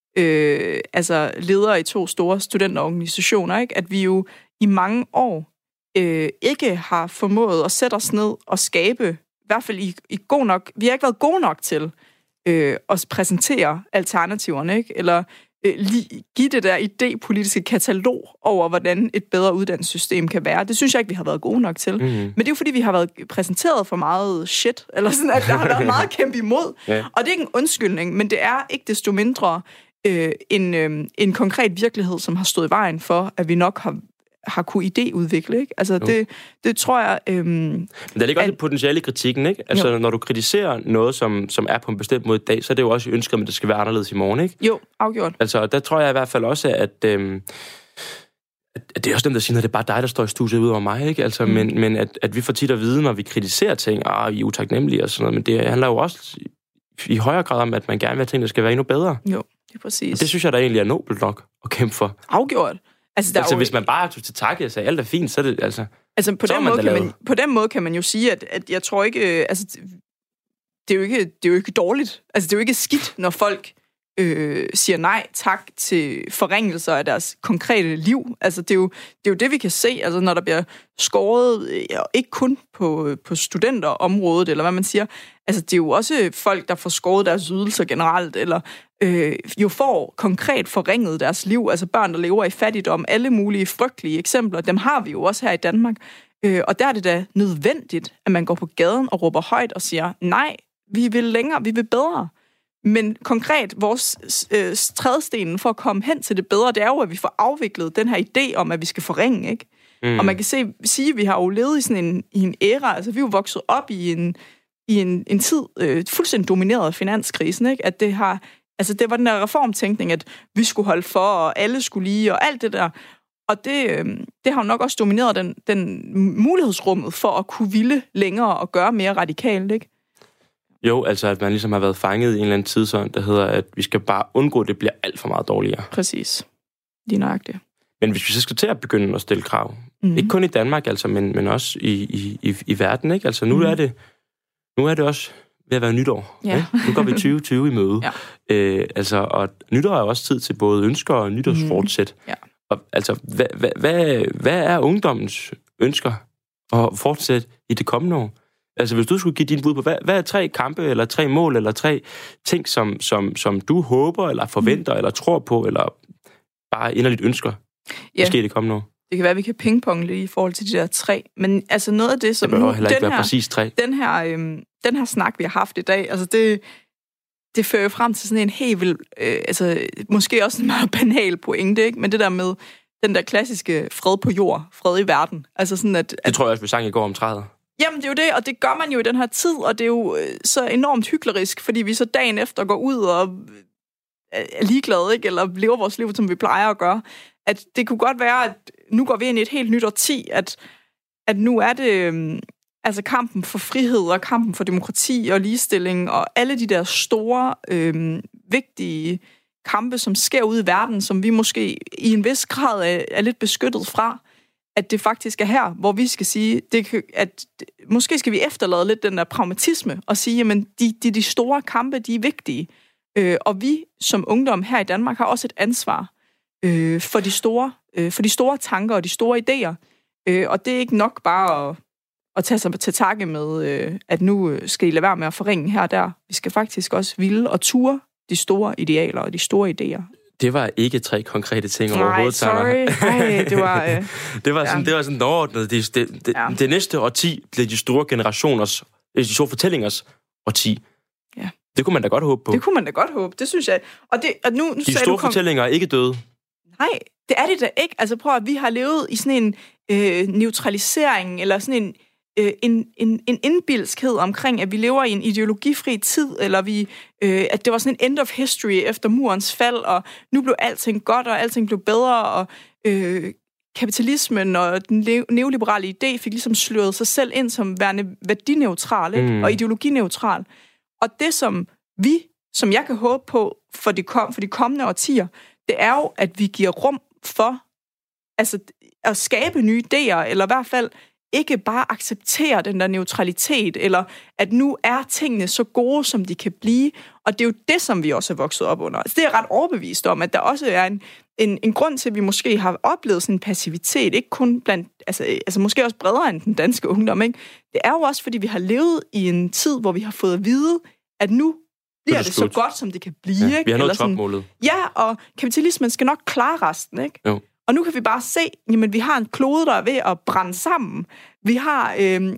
Speaker 3: øh, altså, ledere i to store studenterorganisationer, ikke? At vi jo i mange år øh, ikke har formået at sætte os ned og skabe, i hvert fald i, i god nok, vi har ikke været gode nok til øh, at præsentere alternativerne, ikke? Eller øh, li, give det der idépolitiske katalog over, hvordan et bedre uddannelsessystem kan være. Det synes jeg ikke, vi har været gode nok til. Mm-hmm. Men det er jo, fordi vi har været præsenteret for meget shit, eller sådan, at der har været meget kæmpe imod. Yeah. Og det er ikke en undskyldning, men det er ikke desto mindre øh, en, øh, en konkret virkelighed, som har stået i vejen for, at vi nok har har kunnet idéudvikle, ikke? Altså, det, det tror jeg... Øhm,
Speaker 2: Men der ligger også et potentiale i kritikken, ikke? Altså, jo. Når du kritiserer noget, som, som er på en bestemt måde i dag, så er det jo også ønsket, at det skal være anderledes i morgen, ikke?
Speaker 3: Jo, afgjort.
Speaker 2: Altså, der tror jeg i hvert fald også, at... Øhm, at det er også dem, der siger, at det er bare dig, der står i studiet ud over mig, ikke? Altså, mm. men, men at, at vi får tit at vide, når vi kritiserer ting, og vi er utaknemmelige og sådan noget, men det handler jo også i højere grad om, at man gerne vil have ting, der skal være endnu bedre.
Speaker 3: Jo, det er præcis.
Speaker 2: Og det synes jeg, der egentlig er nobelt nok at kæmpe for.
Speaker 3: Afgjort. Altså, der
Speaker 2: altså
Speaker 3: jo...
Speaker 2: hvis man bare tog til takke og sagde, alt er fint, så er det altså...
Speaker 3: Altså, på den, måde kan man, på den måde kan man jo sige, at, at jeg tror ikke... Altså, det er, jo ikke, det er jo ikke dårligt. Altså, det er jo ikke skidt, når folk øh, siger nej tak til forringelser af deres konkrete liv. Altså, det er, jo, det er jo det, vi kan se, altså, når der bliver skåret, ja, ikke kun på, på studenterområdet, eller hvad man siger. Altså, det er jo også folk, der får skåret deres ydelser generelt, eller øh, jo får konkret forringet deres liv. Altså, børn, der lever i fattigdom, alle mulige frygtelige eksempler, dem har vi jo også her i Danmark. Øh, og der er det da nødvendigt, at man går på gaden og råber højt og siger, nej, vi vil længere, vi vil bedre. Men konkret, vores øh, trædestenen for at komme hen til det bedre, det er jo, at vi får afviklet den her idé om, at vi skal forringe, ikke? Mm. Og man kan se, sige, at vi har jo levet i sådan en, i en æra, altså vi er jo vokset op i en, i en, en tid øh, fuldstændig domineret af finanskrisen, ikke? At det har, altså det var den der reformtænkning, at vi skulle holde for, og alle skulle lige, og alt det der. Og det, øh, det har jo nok også domineret den, den mulighedsrummet for at kunne ville længere og gøre mere radikalt, ikke?
Speaker 2: Jo, altså at man ligesom har været fanget i en eller anden tidsånd, der hedder, at vi skal bare undgå, at det bliver alt for meget dårligere.
Speaker 3: Præcis. Lige nøjagtigt.
Speaker 2: Men hvis vi så skal til at begynde at stille krav, mm. ikke kun i Danmark, altså, men, men også i, i, i, i verden, ikke? Altså nu, mm. er det, nu er det også ved at være nytår.
Speaker 3: Ja.
Speaker 2: Ikke? Nu går vi tyve tyve i møde.
Speaker 3: Ja.
Speaker 2: Øh, altså, og nytår er også tid til både ønsker og nytårsfortsæt.
Speaker 3: Mm. Ja.
Speaker 2: Og, altså, hvad, hvad, hvad, hvad er ungdommens ønsker og fortsæt i det kommende år? Altså, hvis du skulle give din bud på, hvad, hvad er tre kampe, eller tre mål, eller tre ting, som, som, som du håber, eller forventer, mm. eller tror på, eller bare inderligt ønsker, ja. Måske det kommende år?
Speaker 3: Det kan være, at vi kan pingponge lidt i forhold til de der tre. Men altså noget af det, som...
Speaker 2: Det behøver heller ikke
Speaker 3: den
Speaker 2: være
Speaker 3: her,
Speaker 2: præcis tre.
Speaker 3: Den her, øhm, den her snak, vi har haft i dag, altså det, det fører jo frem til sådan en helt vild... Øh, altså, måske også en meget banal pointe, ikke? Men det der med den der klassiske fred på jord, fred i verden. Altså sådan at... at
Speaker 2: det tror jeg også, vi sang i går om træet.
Speaker 3: Jamen, det er jo det, og det gør man jo i den her tid, og det er jo så enormt hyklerisk, fordi vi så dagen efter går ud og er ligeglade, ikke? Eller lever vores liv, som vi plejer at gøre. At det kunne godt være, at nu går vi ind i et helt nyt årti, at, at nu er det altså kampen for frihed og kampen for demokrati og ligestilling og alle de der store, øh, vigtige kampe, som sker ude i verden, som vi måske i en vis grad er, er lidt beskyttet fra, at det faktisk er her, hvor vi skal sige, det, at måske skal vi efterlade lidt den der pragmatisme og sige, jamen, de, de, de store kampe, de er vigtige. Øh, og vi som ungdom her i Danmark har også et ansvar øh, for, de store, øh, for de store tanker og de store idéer. Øh, og det er ikke nok bare at, at tage sig til takke med, øh, at nu skal I lade være med at forringe her og der. Vi skal faktisk også ville og ture de store idealer og de store idéer.
Speaker 2: Det var ikke tre konkrete ting
Speaker 3: Nej,
Speaker 2: overhovedet,
Speaker 3: sorry. Nej, det var... Øh,
Speaker 2: det var sådan, ja. det var sådan overordnet. Det, det, det, ja. det næste årti blev de store generationers, de store fortællingers årti.
Speaker 3: Ja.
Speaker 2: Det kunne man da godt håbe på.
Speaker 3: Det kunne man da godt håbe, det synes jeg. Og, det, og nu, nu
Speaker 2: de store kom... fortællinger er ikke døde.
Speaker 3: Nej, det er det da ikke. Altså prøv at vi har levet i sådan en øh, neutralisering, eller sådan en En, en, en indbildskhed omkring, at vi lever i en ideologifri tid, eller vi, øh, at det var sådan en end of history efter murens fald, og nu blev alting godt, og alting blev bedre, og øh, kapitalismen og den neoliberale idé fik ligesom slået sig selv ind som værende værdineutral, ikke? Mm. Og ideologineutral. Og det, som vi, som jeg kan håbe på for de, kom, for de kommende årtier, det er jo, at vi giver rum for altså, at skabe nye idéer, eller i hvert fald ikke bare acceptere den der neutralitet, eller at nu er tingene så gode, som de kan blive. Og det er jo det, som vi også er vokset op under. Altså, det er ret overbevist om, at der også er en, en, en grund til, at vi måske har oplevet sådan en passivitet, ikke kun blandt, altså, altså måske også bredere end den danske ungdom, ikke? Det er jo også, fordi vi har levet i en tid, hvor vi har fået at vide, at nu bliver det så godt, som det kan blive.
Speaker 2: Ja,
Speaker 3: ikke?
Speaker 2: Vi har nået
Speaker 3: sådan,
Speaker 2: topmålet.
Speaker 3: Ja, og kapitalismen skal nok klare resten, ikke?
Speaker 2: Jo.
Speaker 3: Og nu kan vi bare se, jamen vi har en klode, der er ved at brænde sammen. Vi har øh,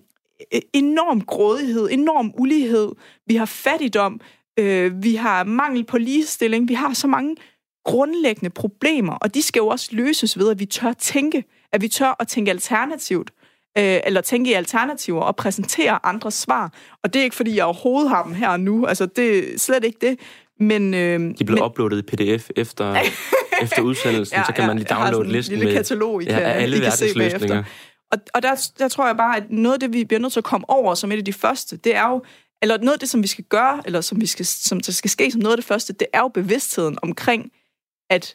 Speaker 3: enorm grådighed, enorm ulighed. Vi har fattigdom. Øh, vi har mangel på ligestilling. Vi har så mange grundlæggende problemer, og de skal jo også løses ved, at vi tør tænke, at vi tør at tænke alternativt, øh, eller tænke i alternativer og præsentere andres svar. Og det er ikke, fordi jeg overhovedet har dem her og nu. Altså, det er slet ikke det. Men, øh,
Speaker 2: de blev men... uploadet i P D F efter, efter udsendelsen, ja, så kan man lige downloade listen med
Speaker 3: katalog, I
Speaker 2: ja,
Speaker 3: kan,
Speaker 2: alle
Speaker 3: I kan se bagefter. Og, og der, der tror jeg bare, at noget af det, vi bliver nødt til at komme over som et af de første, det er jo, eller noget af det, som vi skal gøre, eller som, vi skal, som der skal ske som noget af det første, det er jo bevidstheden omkring, at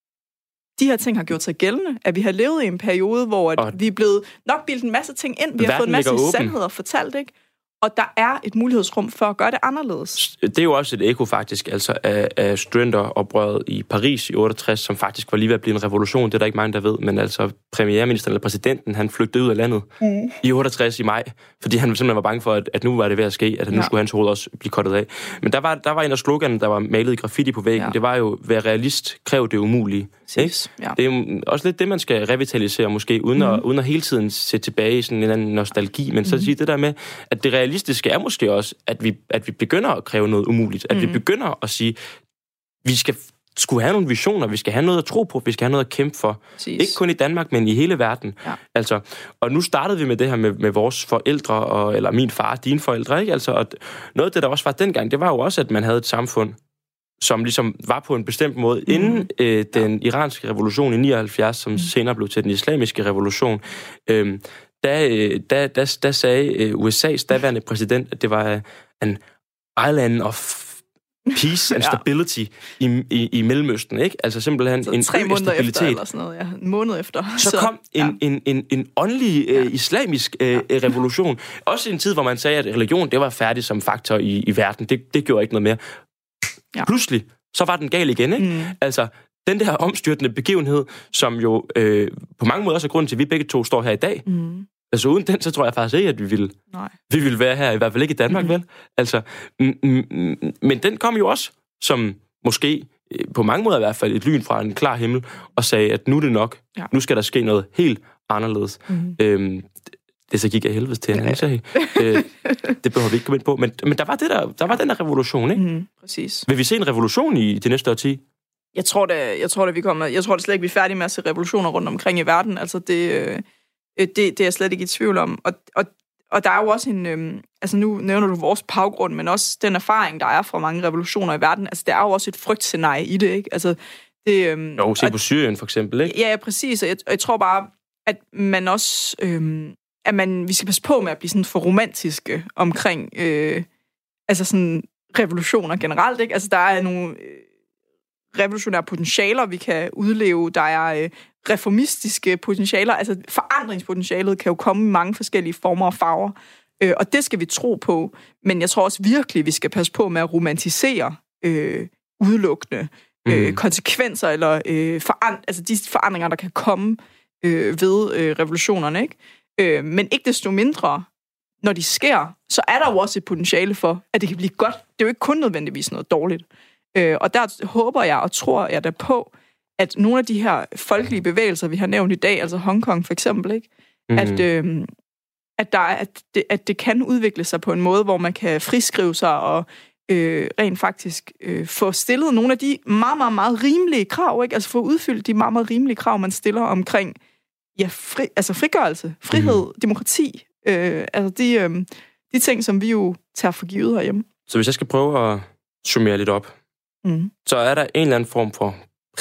Speaker 3: de her ting har gjort sig gældende, at vi har levet i en periode, hvor at vi er blevet nok bildet en masse ting ind, vi har fået en masse sandheder fortalt, ikke? Og der er et mulighedsrum for at gøre det anderledes.
Speaker 2: Det er jo også et ekko faktisk, altså af, af studenteroprøret i Paris i otteogtres, som faktisk var lige ved at blive en revolution. Det er der ikke mange, der ved, men altså premierministeren eller præsidenten, han flygtede ud af landet mm. i otteogtres i maj, fordi han simpelthen var bange for, at, at nu var det ved at ske, at nu ja. skulle hans hoved også blive kottet af. Men der var, der var en af sloganene, der var malet i graffiti på væggen. Ja. Det var jo, vær realist, kræv det umulige. Ja. Det er jo også lidt det, man skal revitalisere måske, uden, mm. at, uden at hele tiden se tilbage i sådan en eller anden nostalgi, men så mm. sige det der med, at det realistiske er måske også, at vi, at vi begynder at kræve noget umuligt. At mm. vi begynder at sige, vi skal skulle have nogle visioner, vi skal have noget at tro på, vi skal have noget at kæmpe for. Præcis. Ikke kun i Danmark, men i hele verden. Ja. Altså, og nu startede vi med det her med, med vores forældre, og, eller min far, dine forældre, ikke? Altså, og noget af det, der også var dengang, det var jo også, at man havde et samfund, som ligesom var på en bestemt måde. Mm. Inden øh, den ja. iranske revolution i nioghalvfjerds, som mm. senere blev til den islamiske revolution, øh, Da, da, da, da sagde U S A's daværende præsident, at det var en island of peace and stability ja. i, i, i Mellemøsten, ikke? Altså simpelthen så en
Speaker 3: tre måneder efter, eller sådan noget, ja. En måned efter.
Speaker 2: Så, så kom en, ja. en, en, en åndelig ja. uh, islamisk uh, ja. revolution. Også i en tid, hvor man sagde, at religion, det var færdig som faktor i, i verden. Det, det gjorde ikke noget mere. Ja. Pludselig, så var den gal igen, ikke? Mm. Altså, den der omstyrtende begivenhed, som jo øh, på mange måder også er grunden til, at vi begge to står her i dag. Mm. Altså uden den, så tror jeg faktisk ikke, at vi ville, vi ville være her, i hvert fald ikke i Danmark, mm. vel? Altså, m- m- men den kom jo også, som måske på mange måder i hvert fald et lyn fra en klar himmel, og sagde, at nu er det nok. Ja. Nu skal der ske noget helt anderledes. Mm. Øhm, det så gik af helvede til en anden sag. øh, det behøver vi ikke komme ind på. Men, men der var, det der, der var den der revolution, ikke? Mm,
Speaker 3: præcis.
Speaker 2: Vil vi se en revolution i det næste årti?
Speaker 3: Jeg tror det, jeg tror det, vi kommer. Jeg tror det slet ikke, vi er færdige med at se revolutioner rundt omkring i verden. Altså det, øh, det, det er jeg slet ikke i tvivl om. Og, og, og der er jo også en, øh, altså nu nævner du vores baggrund, men også den erfaring, der er fra mange revolutioner i verden. Altså der er jo også et frygtscenarie i det, ikke? Altså det. Øh,
Speaker 2: jo, se på Syrien for eksempel, ikke?
Speaker 3: Ja, ja præcis. Og jeg, og jeg tror bare, at man også, øh, at man, vi skal passe på med at blive sådan for romantiske omkring, øh, altså sådan revolutioner generelt, ikke? Altså der er nogle øh, revolutionære potentialer, vi kan udleve. Der er øh, reformistiske potentialer. Altså forandringspotentialet kan jo komme i mange forskellige former og farver. Øh, og det skal vi tro på. Men jeg tror også virkelig, vi skal passe på med at romantisere øh, udelukkende øh, mm. konsekvenser eller øh, forand- altså de forandringer, der kan komme øh, ved øh, revolutionerne, ikke? Øh, men ikke desto mindre, når de sker, så er der jo også et potentiale for, at det kan blive godt. Det er jo ikke kun nødvendigvis noget dårligt. Øh, og der håber jeg og tror jeg da på, at nogle af de her folkelige bevægelser, vi har nævnt i dag, altså Hongkong for eksempel, ikke? Mm. At, øh, at, der er, at, det, at det kan udvikle sig på en måde, hvor man kan friskrive sig og øh, rent faktisk øh, få stillet nogle af de meget, meget, meget rimelige krav, ikke? Altså få udfyldt de meget, meget rimelige krav, man stiller omkring ja, fri, altså frigørelse, frihed, mm. demokrati, øh, altså de, øh, de ting, som vi jo tager for givet herhjemme.
Speaker 2: Så hvis jeg skal prøve at summere lidt op, mm. så er der en eller anden form for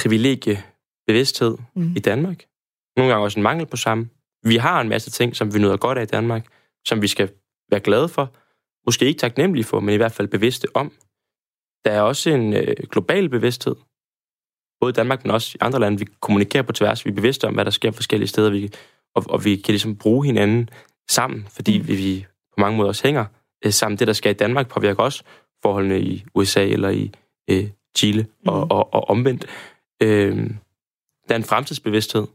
Speaker 2: privilegiebevidsthed mm. i Danmark. Nogle gange også en mangel på samme. Vi har en masse ting, som vi nyder godt af i Danmark, som vi skal være glade for. Måske ikke taknemmelige for, men i hvert fald bevidste om. Der er også en øh, global bevidsthed. Både i Danmark, men også i andre lande. Vi kommunikerer på tværs. Vi er bevidste om, hvad der sker forskellige steder. Vi, og, og vi kan ligesom bruge hinanden sammen, fordi mm. vi, vi på mange måder også hænger øh, sammen. Det, der sker i Danmark, påvirker også forholdene i U S A eller i øh, Chile mm. og, og, og omvendt. Øh, der er en fremtidsbevidsthed.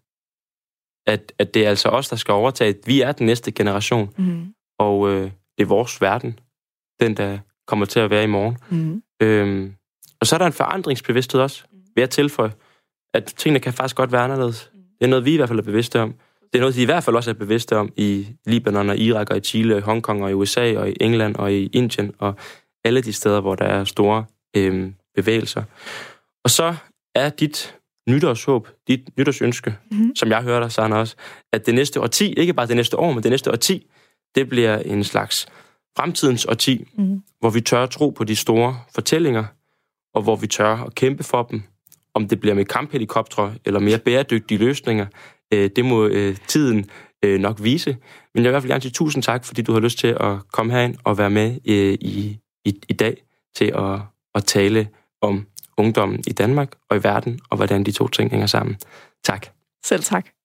Speaker 2: At, at det er altså os, der skal overtage. Vi er den næste generation. Mm. Og øh, det er vores verden. Den, der kommer til at være i morgen. Mm. Øh, og så er der en forandringsbevidsthed også. Ved at tilføje, at tingene kan faktisk godt være anderledes. Det er noget, vi i hvert fald er bevidste om. Det er noget, de i hvert fald også er bevidste om i Libanon og Irak og i Chile og i Hongkong og i U S A og i England og i Indien og alle de steder, hvor der er store øh, bevægelser. Og så er dit nytårshåb, dit nytårsønske, mm-hmm. som jeg hører dig, Sanna, også, at det næste årti, ikke bare det næste år, men det næste årti, det bliver en slags fremtidens årti, mm-hmm. hvor vi tør at tro på de store fortællinger, og hvor vi tør at kæmpe for dem. Om det bliver med kamphelikoptere eller mere bæredygtige løsninger, øh, det må øh, tiden øh, nok vise. Men jeg vil i hvert fald gerne sige tusind tak, fordi du har lyst til at komme herind og være med øh, i, i, i dag til at, at tale om ungdommen i Danmark og i verden, og hvordan de to ting hænger sammen. Tak.
Speaker 3: Selv tak.